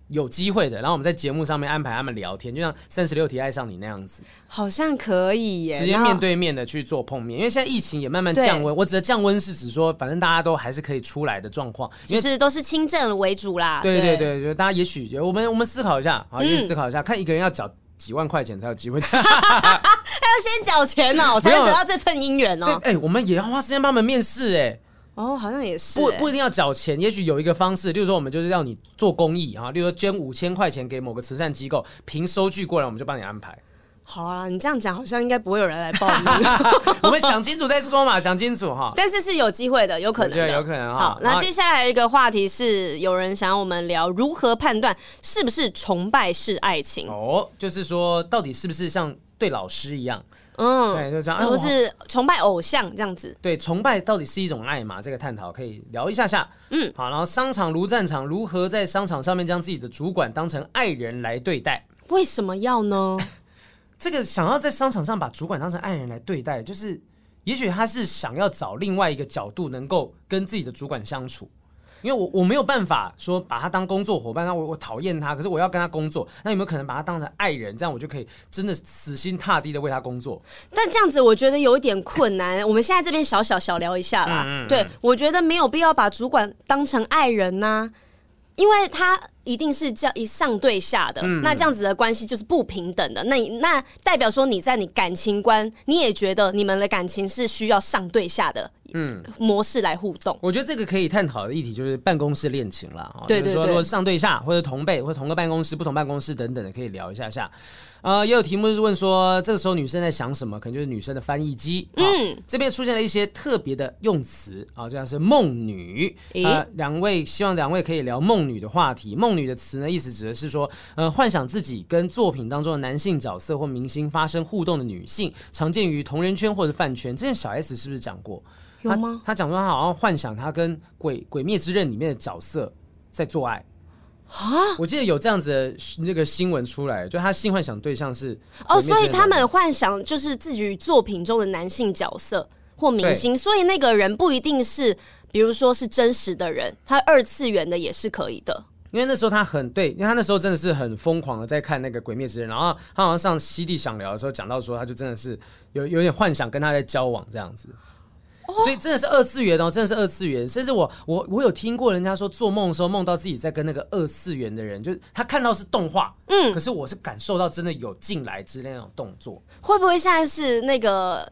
Speaker 1: 有机会的，然后我们在节目上面安排他们聊天，就像36题爱上你那样子，
Speaker 2: 好像可以耶，
Speaker 1: 直接面对面的去做碰面。因为现在疫情也慢慢降温，我指的降温是指说，反正大家都还是可以出来的状况，
Speaker 2: 就是都是轻症为主啦。
Speaker 1: 对对对，就大家也许我们思考一下，好，也许思考一下，看一个人要缴几万块钱才有机会，
Speaker 2: 还要先缴钱哦，才能得到这份姻缘哦。
Speaker 1: 对，我们也要花时间帮他们面试哎。
Speaker 2: 哦，好像也是，
Speaker 1: 不一定要缴钱，也许有一个方式，例如说我们就是要你做公益啊，例如说捐5000块钱给某个慈善机构，凭收据过来，我们就帮你安排。
Speaker 2: 好啊，你这样讲好像应该不会有人来报名。
Speaker 1: 我们想清楚再说嘛，想清楚哈。
Speaker 2: 但是是有机会的，有可能的，
Speaker 1: 有可能哈。
Speaker 2: 好，那接下来一个话题是，有人想要我们聊如何判断是不是崇拜式爱情。
Speaker 1: 哦，就是说到底是不是像对老师一样？对，就这样，
Speaker 2: 或是崇拜偶像这样子。
Speaker 1: 对，崇拜到底是一种爱吗？这个探讨可以聊一下下。好，然后商场如战场，如何在商场上面将自己的主管当成爱人来对待？
Speaker 2: 为什么要呢？
Speaker 1: 这个想要在商场上把主管当成爱人来对待，就是也许他是想要找另外一个角度，能够跟自己的主管相处。因为我没有办法说把他当工作伙伴，那我讨厌他，可是我要跟他工作，那有没有可能把他当成爱人？这样我就可以真的死心塌地的为他工作。
Speaker 2: 但这样子我觉得有一点困难。我们现在这边小聊一下啦。对，我觉得没有必要把主管当成爱人呐，因为他一定是这样一上对下的，那这样子的关系就是不平等的。那代表说你在你感情观，你也觉得你们的感情是需要上对下的。模式来互动，
Speaker 1: 我觉得这个可以探讨的议题就是办公室恋情啦。
Speaker 2: 对对对，
Speaker 1: 就是说如果上对下，或者同辈，或者同个办公室、不同办公室等等的，可以聊一下下。也有题目是问说，这个时候女生在想什么？可能就是女生的翻译机。这边出现了一些特别的用词啊，这样是梦女。希望两位可以聊梦女的话题。梦女的词呢，意思指的是说，幻想自己跟作品当中的男性角色或明星发生互动的女性，常见于同人圈或者饭圈。之前小 S 是不是讲过？
Speaker 2: 有吗？
Speaker 1: 他讲说他好像幻想他跟鬼灭之刃里面的角色在做爱啊！我记得有这样子的那个新闻出来，就他性幻想对象是
Speaker 2: 所以他们幻想就是自己作品中的男性角色或明星，所以那个人不一定是，比如说是真实的人，他二次元的也是可以的。
Speaker 1: 因为那时候他因为他那时候真的是很疯狂的在看那个《鬼灭之刃》，然后他好像上西地想聊的时候讲到说，他就真的是有点幻想跟他在交往这样子。所以真的是二次元哦，真的是二次元。甚至我有听过人家说，做梦的时候梦到自己在跟那个二次元的人，就是他看到是动画，可是我是感受到真的有进来之类那种动作。
Speaker 2: 会不会现在是那个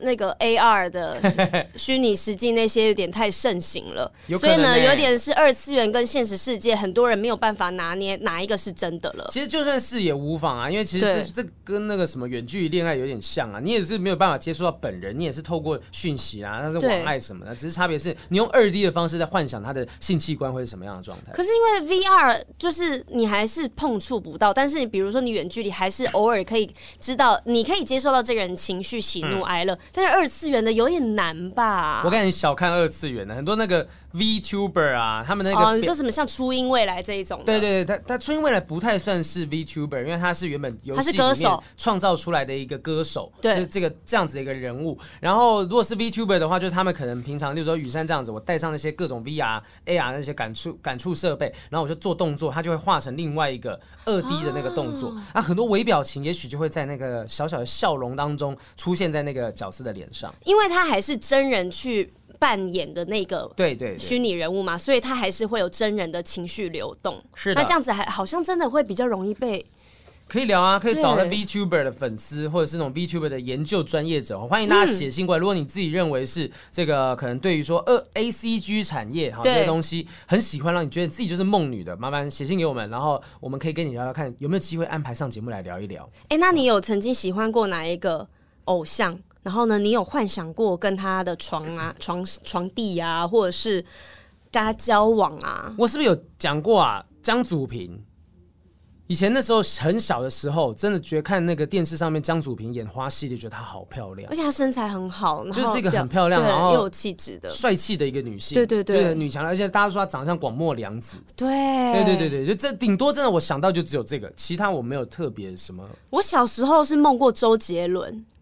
Speaker 2: AR 的虚拟实境那些有点太盛行了？所以呢，有点是二次元跟现实世界，很多人没有办法拿捏哪一个是真的了。
Speaker 1: 其实就算是也无妨啊，因为其实这跟那个什么远距离恋爱有点像啊，你也是没有办法接触到本人，你也是透过讯息啊，那是网爱什么的，只是差别是你用2D 的方式在幻想他的性器官会是什么样的状态。
Speaker 2: 可是因为 VR 就是你还是碰触不到，但是你比如说你远距离还是偶尔可以知道，你可以接受到这个人情绪喜怒哀乐，但是二次元的有点难吧？
Speaker 1: 我感觉你小看二次元的，很多那个 VTuber 啊，他们那个
Speaker 2: 你说什么像初音未来这一种的？
Speaker 1: 对对对，他初音未来不太算是 VTuber， 因为他是原本游戏里面创造出来的一个歌手，对，这样子的一个人物。然后如果是 VTuber 的话，就是他们可能平常，例如说雨山这样子，我带上那些各种 VR、AR 那些感触设备，然后我就做动作，它就会画成另外一个2D 的那个动作啊，很多微表情也许就会在那个小小的笑容当中出现在那个角色的脸上，
Speaker 2: 因为他还是真人去扮演的那个虚拟人物嘛，所以他还是会有真人的情绪流动。
Speaker 1: 是的，
Speaker 2: 那这样子好像真的会比较容易被。
Speaker 1: 可以聊啊，可以找那 VTuber 的粉丝，或者是那种 VTuber 的研究专业者，欢迎大家写信过来。如果你自己认为是这个可能对于说ACG 产业这些东西很喜欢，让你觉得自己就是梦女的，麻烦写信给我们，然后我们可以跟你聊聊看有没有机会安排上节目来聊一聊。
Speaker 2: 那你有曾经喜欢过哪一个偶像？然后呢，你有幻想过跟他的床地啊，或者是跟他交往啊？
Speaker 1: 我是不是有讲过啊？江祖平。以前那时候很小的时候，真的觉得看那个电视上面江祖平演花系列，觉得她好漂亮，
Speaker 2: 而且她身材很好，然后
Speaker 1: 就是一个很漂亮，然后
Speaker 2: 又有气质的、
Speaker 1: 帅气的一个女性，
Speaker 2: 对，
Speaker 1: 就是女强人，而且大家都说她长得像广末凉子，
Speaker 2: 对，
Speaker 1: 就这顶多真的我想到就只有这个，其他我没有特别什么。
Speaker 2: 我小时候是梦过周杰伦。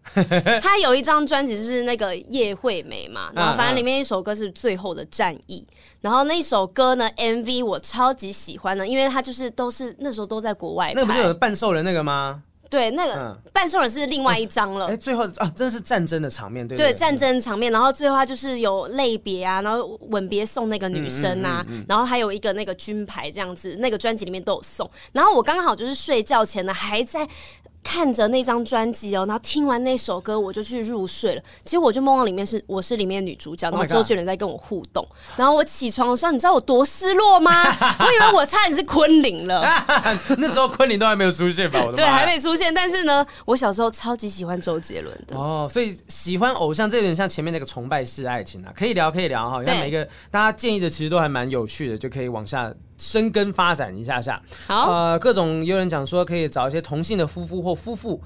Speaker 2: 他有一张专辑是那个叶惠美嘛，然后反正里面一首歌是《最后的战役》，然后那首歌呢 MV 我超级喜欢的，因为他就是都是那时候都在国外拍。
Speaker 1: 那个不是有半兽人那个吗？
Speaker 2: 对，那个半兽人是另外一张了。
Speaker 1: 最后啊，真的是战争的场面，对
Speaker 2: 战争场面，然后最后他就是有泪别啊，然后吻别送那个女生啊，然后还有一个那个军牌这样子，那个专辑里面都有送。然后我刚好就是睡觉前呢，还在看着那张专辑然后听完那首歌我就去入睡了，结果我就梦到我是里面的女主角，然后周杰伦在跟我互动，然后我起床的时候，你知道我多失落吗？我以为我差点是昆凌了。
Speaker 1: 那时候昆凌都还没有出现吧？我的妈，
Speaker 2: 对，还没出现。但是呢，我小时候超级喜欢周杰伦的
Speaker 1: 哦，所以喜欢偶像，这有点像前面那个崇拜式爱情啊，可以聊哈。看每个大家建议的其实都还蛮有趣的，就可以往下深耕发展一下下。
Speaker 2: 好，
Speaker 1: 各种有人讲说可以找一些同性的夫妇或夫妇，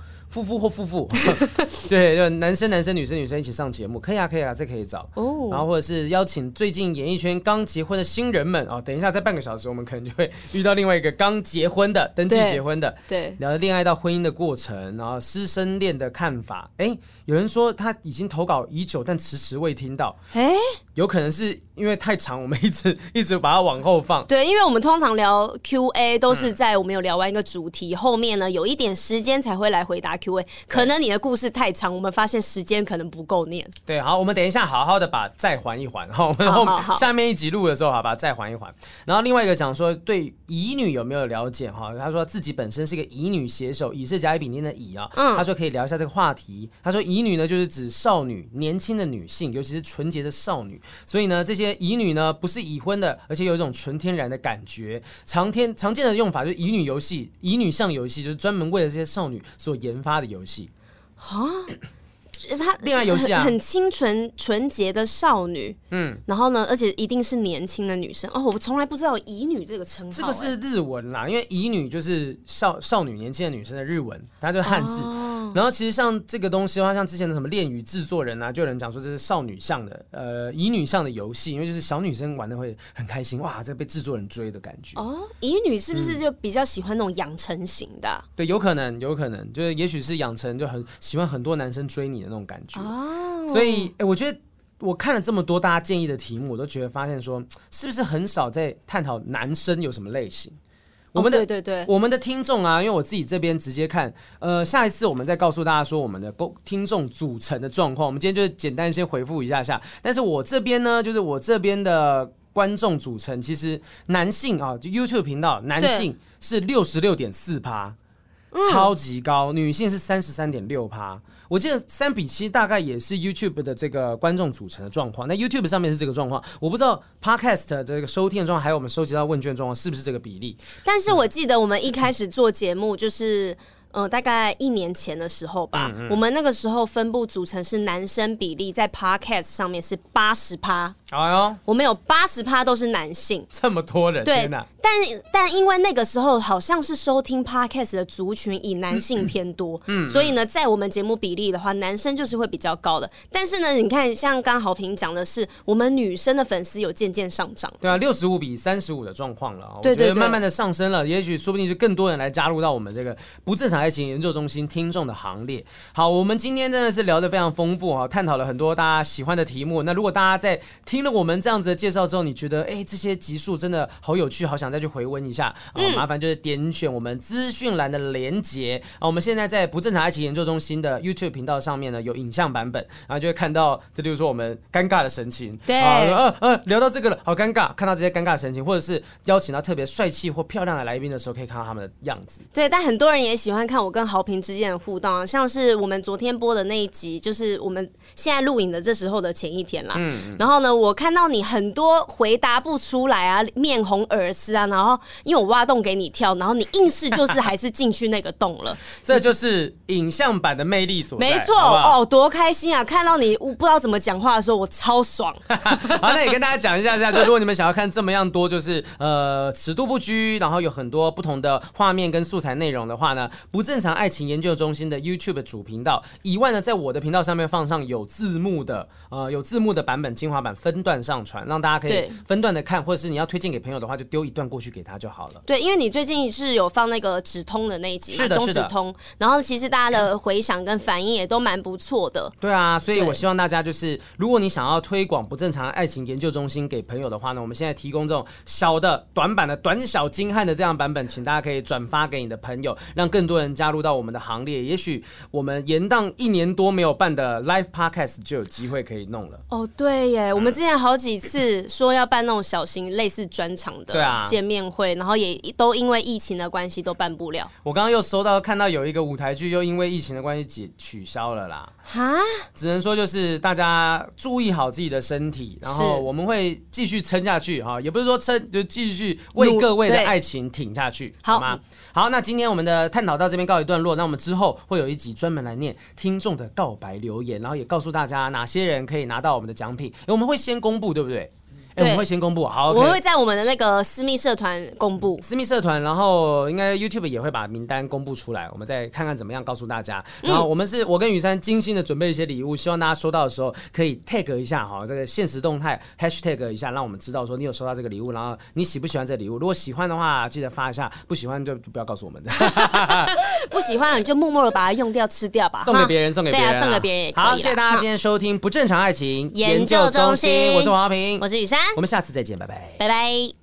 Speaker 1: 对，就男生女生一起上节目，可以啊，这可以找。然后或者是邀请最近演艺圈刚结婚的新人们等一下在半个小时我们可能就会遇到另外一个刚结婚的登记结婚的，
Speaker 2: 对，
Speaker 1: 聊恋爱到婚姻的过程，然后师生恋的看法。有人说他已经投稿已久，但迟迟未听到。有可能是因为太长，我们一直把它往后放。
Speaker 2: 对，因为我们通常聊 Q&A 都是在我们有聊完一个主题后面呢，有一点时间才会来回答 Q&A。可能你的故事太长，我们发现时间可能不够念。
Speaker 1: 对，好，我们等一下好好的把再还一还，我们下面一集录的时候把再还一还。然后另外一个讲说对乙女有没有了解哈？他说自己本身是个乙女写手，乙是甲乙丙丁的乙啊。他说可以聊一下这个话题。他说乙女呢就是指少女，年轻的女性，尤其是纯洁的少女。所以呢，这些乙女呢不是已婚的，而且有一种纯天然的感觉。常见的用法就是乙女游戏、乙女向游戏，就是专门为了这些少女所研发的游戏。
Speaker 2: 他
Speaker 1: 恋爱游戏啊，
Speaker 2: 很清纯洁的少女，然后呢，而且一定是年轻的女生我从来不知道有乙女这个称号。
Speaker 1: 这个是日文啦，因为乙女就是少女、年轻的女生的日文，它就是汉字。然后其实像这个东西的话，像之前的什么恋与制作人啊，就有人讲说这是少女向的乙女向的游戏，因为就是小女生玩的会很开心，哇，这个被制作人追的感觉。
Speaker 2: 乙女是不是就比较喜欢那种养成型的？
Speaker 1: 对，有可能，就是也许是养成就很喜欢很多男生追你的那种感觉。所以我觉得我看了这么多大家建议的题目，我都觉得发现说，是不是很少在探讨男生有什么类型？
Speaker 2: 对，
Speaker 1: 我们的听众啊，因为我自己这边直接看，下一次我们再告诉大家说我们的听众组成的状况。我们今天就简单先回复一下，但是我这边呢，就是我这边的观众组成，其实男性啊，就 YouTube 频道男性是66.4%。超级高，女性是33.6%，我记得3:7大概也是 YouTube 的这个观众组成的状况。那 YouTube 上面是这个状况，我不知道 Podcast 的这个收听的状况，还有我们收集到问卷状况是不是这个比例。
Speaker 2: 但是我记得我们一开始做节目就是大概1年前的时候吧，我们那个时候分布组成是男生比例在 Podcast 上面是80%，我们有80%都是男性，
Speaker 1: 这么多人，
Speaker 2: 对，但因为那个时候好像是收听 Podcast 的族群以男性偏多，所以呢，在我们节目比例的话，男生就是会比较高的。但是呢，你看像刚豪平讲的是，我们女生的粉丝有渐渐上涨，
Speaker 1: 对啊，65:35的状况了，我觉得慢慢的上升了，也许说不定就更多人来加入到我们这个不正常爱情研究中心听众的行列。好，我们今天真的是聊得非常丰富，探讨了很多大家喜欢的题目。那如果大家在听了我们这样子的介绍之后，你觉得这些集数真的好有趣，好想再去回温一下，麻烦就是点选我们资讯栏的连结。我们现在在不正常爱情研究中心的 YouTube 频道上面呢有影像版本，然后就会看到，这就是说我们尴尬的神情。
Speaker 2: 对，
Speaker 1: 聊到这个了，好尴尬，看到这些尴尬的神情，或者是邀请到特别帅气或漂亮的来宾的时候，可以看到他们的样子。
Speaker 2: 对，但很多人也喜欢看我跟豪平之间的互动，像是我们昨天播的那一集，就是我们现在录影的这时候的前一天啦。然后呢，我看到你很多回答不出来啊，面红耳赤啊，然后因为我挖洞给你跳，然后你硬是就是还是进去那个洞了。
Speaker 1: 这就是影像版的魅力所在。
Speaker 2: 没错，多开心啊！看到你不知道怎么讲话的时候，我超爽。
Speaker 1: 好，那也跟大家讲一下，就如果你们想要看这么样多，就是尺度不拘，然后有很多不同的画面跟素材内容的话呢，不正常爱情研究中心的 YouTube 主频道以外呢，在我的频道上面放上有字幕的版本精华版分段上传，让大家可以分段的看，或者是你要推荐给朋友的话，就丢一段过去给他就好了。
Speaker 2: 对，因为你最近是有放那个止通的那一集嘛，
Speaker 1: 是的
Speaker 2: 中止通，然后其实大家的回响跟反应也都蛮不错的。
Speaker 1: 对啊，所以我希望大家就是，如果你想要推广不正常爱情研究中心给朋友的话呢，我们现在提供这种小的短版的短小精悍的这样版本，请大家可以转发给你的朋友，让更多人加入到我们的行列。也许我们延宕1年多没有办的 Live Podcast 就有机会可以弄了。
Speaker 2: 哦，对耶，我们之前好几次说要办那种小型类似专场的见面会，然后也都因为疫情的关系都办不了。
Speaker 1: 我刚刚又看到有一个舞台剧又因为疫情的关系取消了啦。
Speaker 2: 哈，
Speaker 1: 只能说就是大家注意好自己的身体，然后我们会继续撑下去哈，也不是说撑，就继续为各位的爱情挺下去，好吗？好，那今天我们的探讨到这边告一段落，那我们之后会有一集专门来念听众的告白留言，然后也告诉大家哪些人可以拿到我们的奖品，我们会先公布，对不对？我们会先公布，好， okay，
Speaker 2: 我们会在我们的那个私密社团公布，
Speaker 1: 私密社团，然后应该 YouTube 也会把名单公布出来，我们再看看怎么样告诉大家。然后我跟雨珊精心的准备一些礼物，希望大家收到的时候可以 tag 一下哈，这个限时动态 hashtag 一下，让我们知道说你有收到这个礼物，然后你喜不喜欢这个礼物。如果喜欢的话，记得发一下；不喜欢就不要告诉我们。
Speaker 2: 不喜欢了你就默默的把它用掉吃掉吧，
Speaker 1: 送给别人，送给别人，
Speaker 2: 对啊，送给别人也可以。
Speaker 1: 好，谢谢大家今天收听不正常爱情研究中心，我是黄浩平，
Speaker 2: 我是雨珊。
Speaker 1: 我们下次再见，拜拜，
Speaker 2: 拜拜。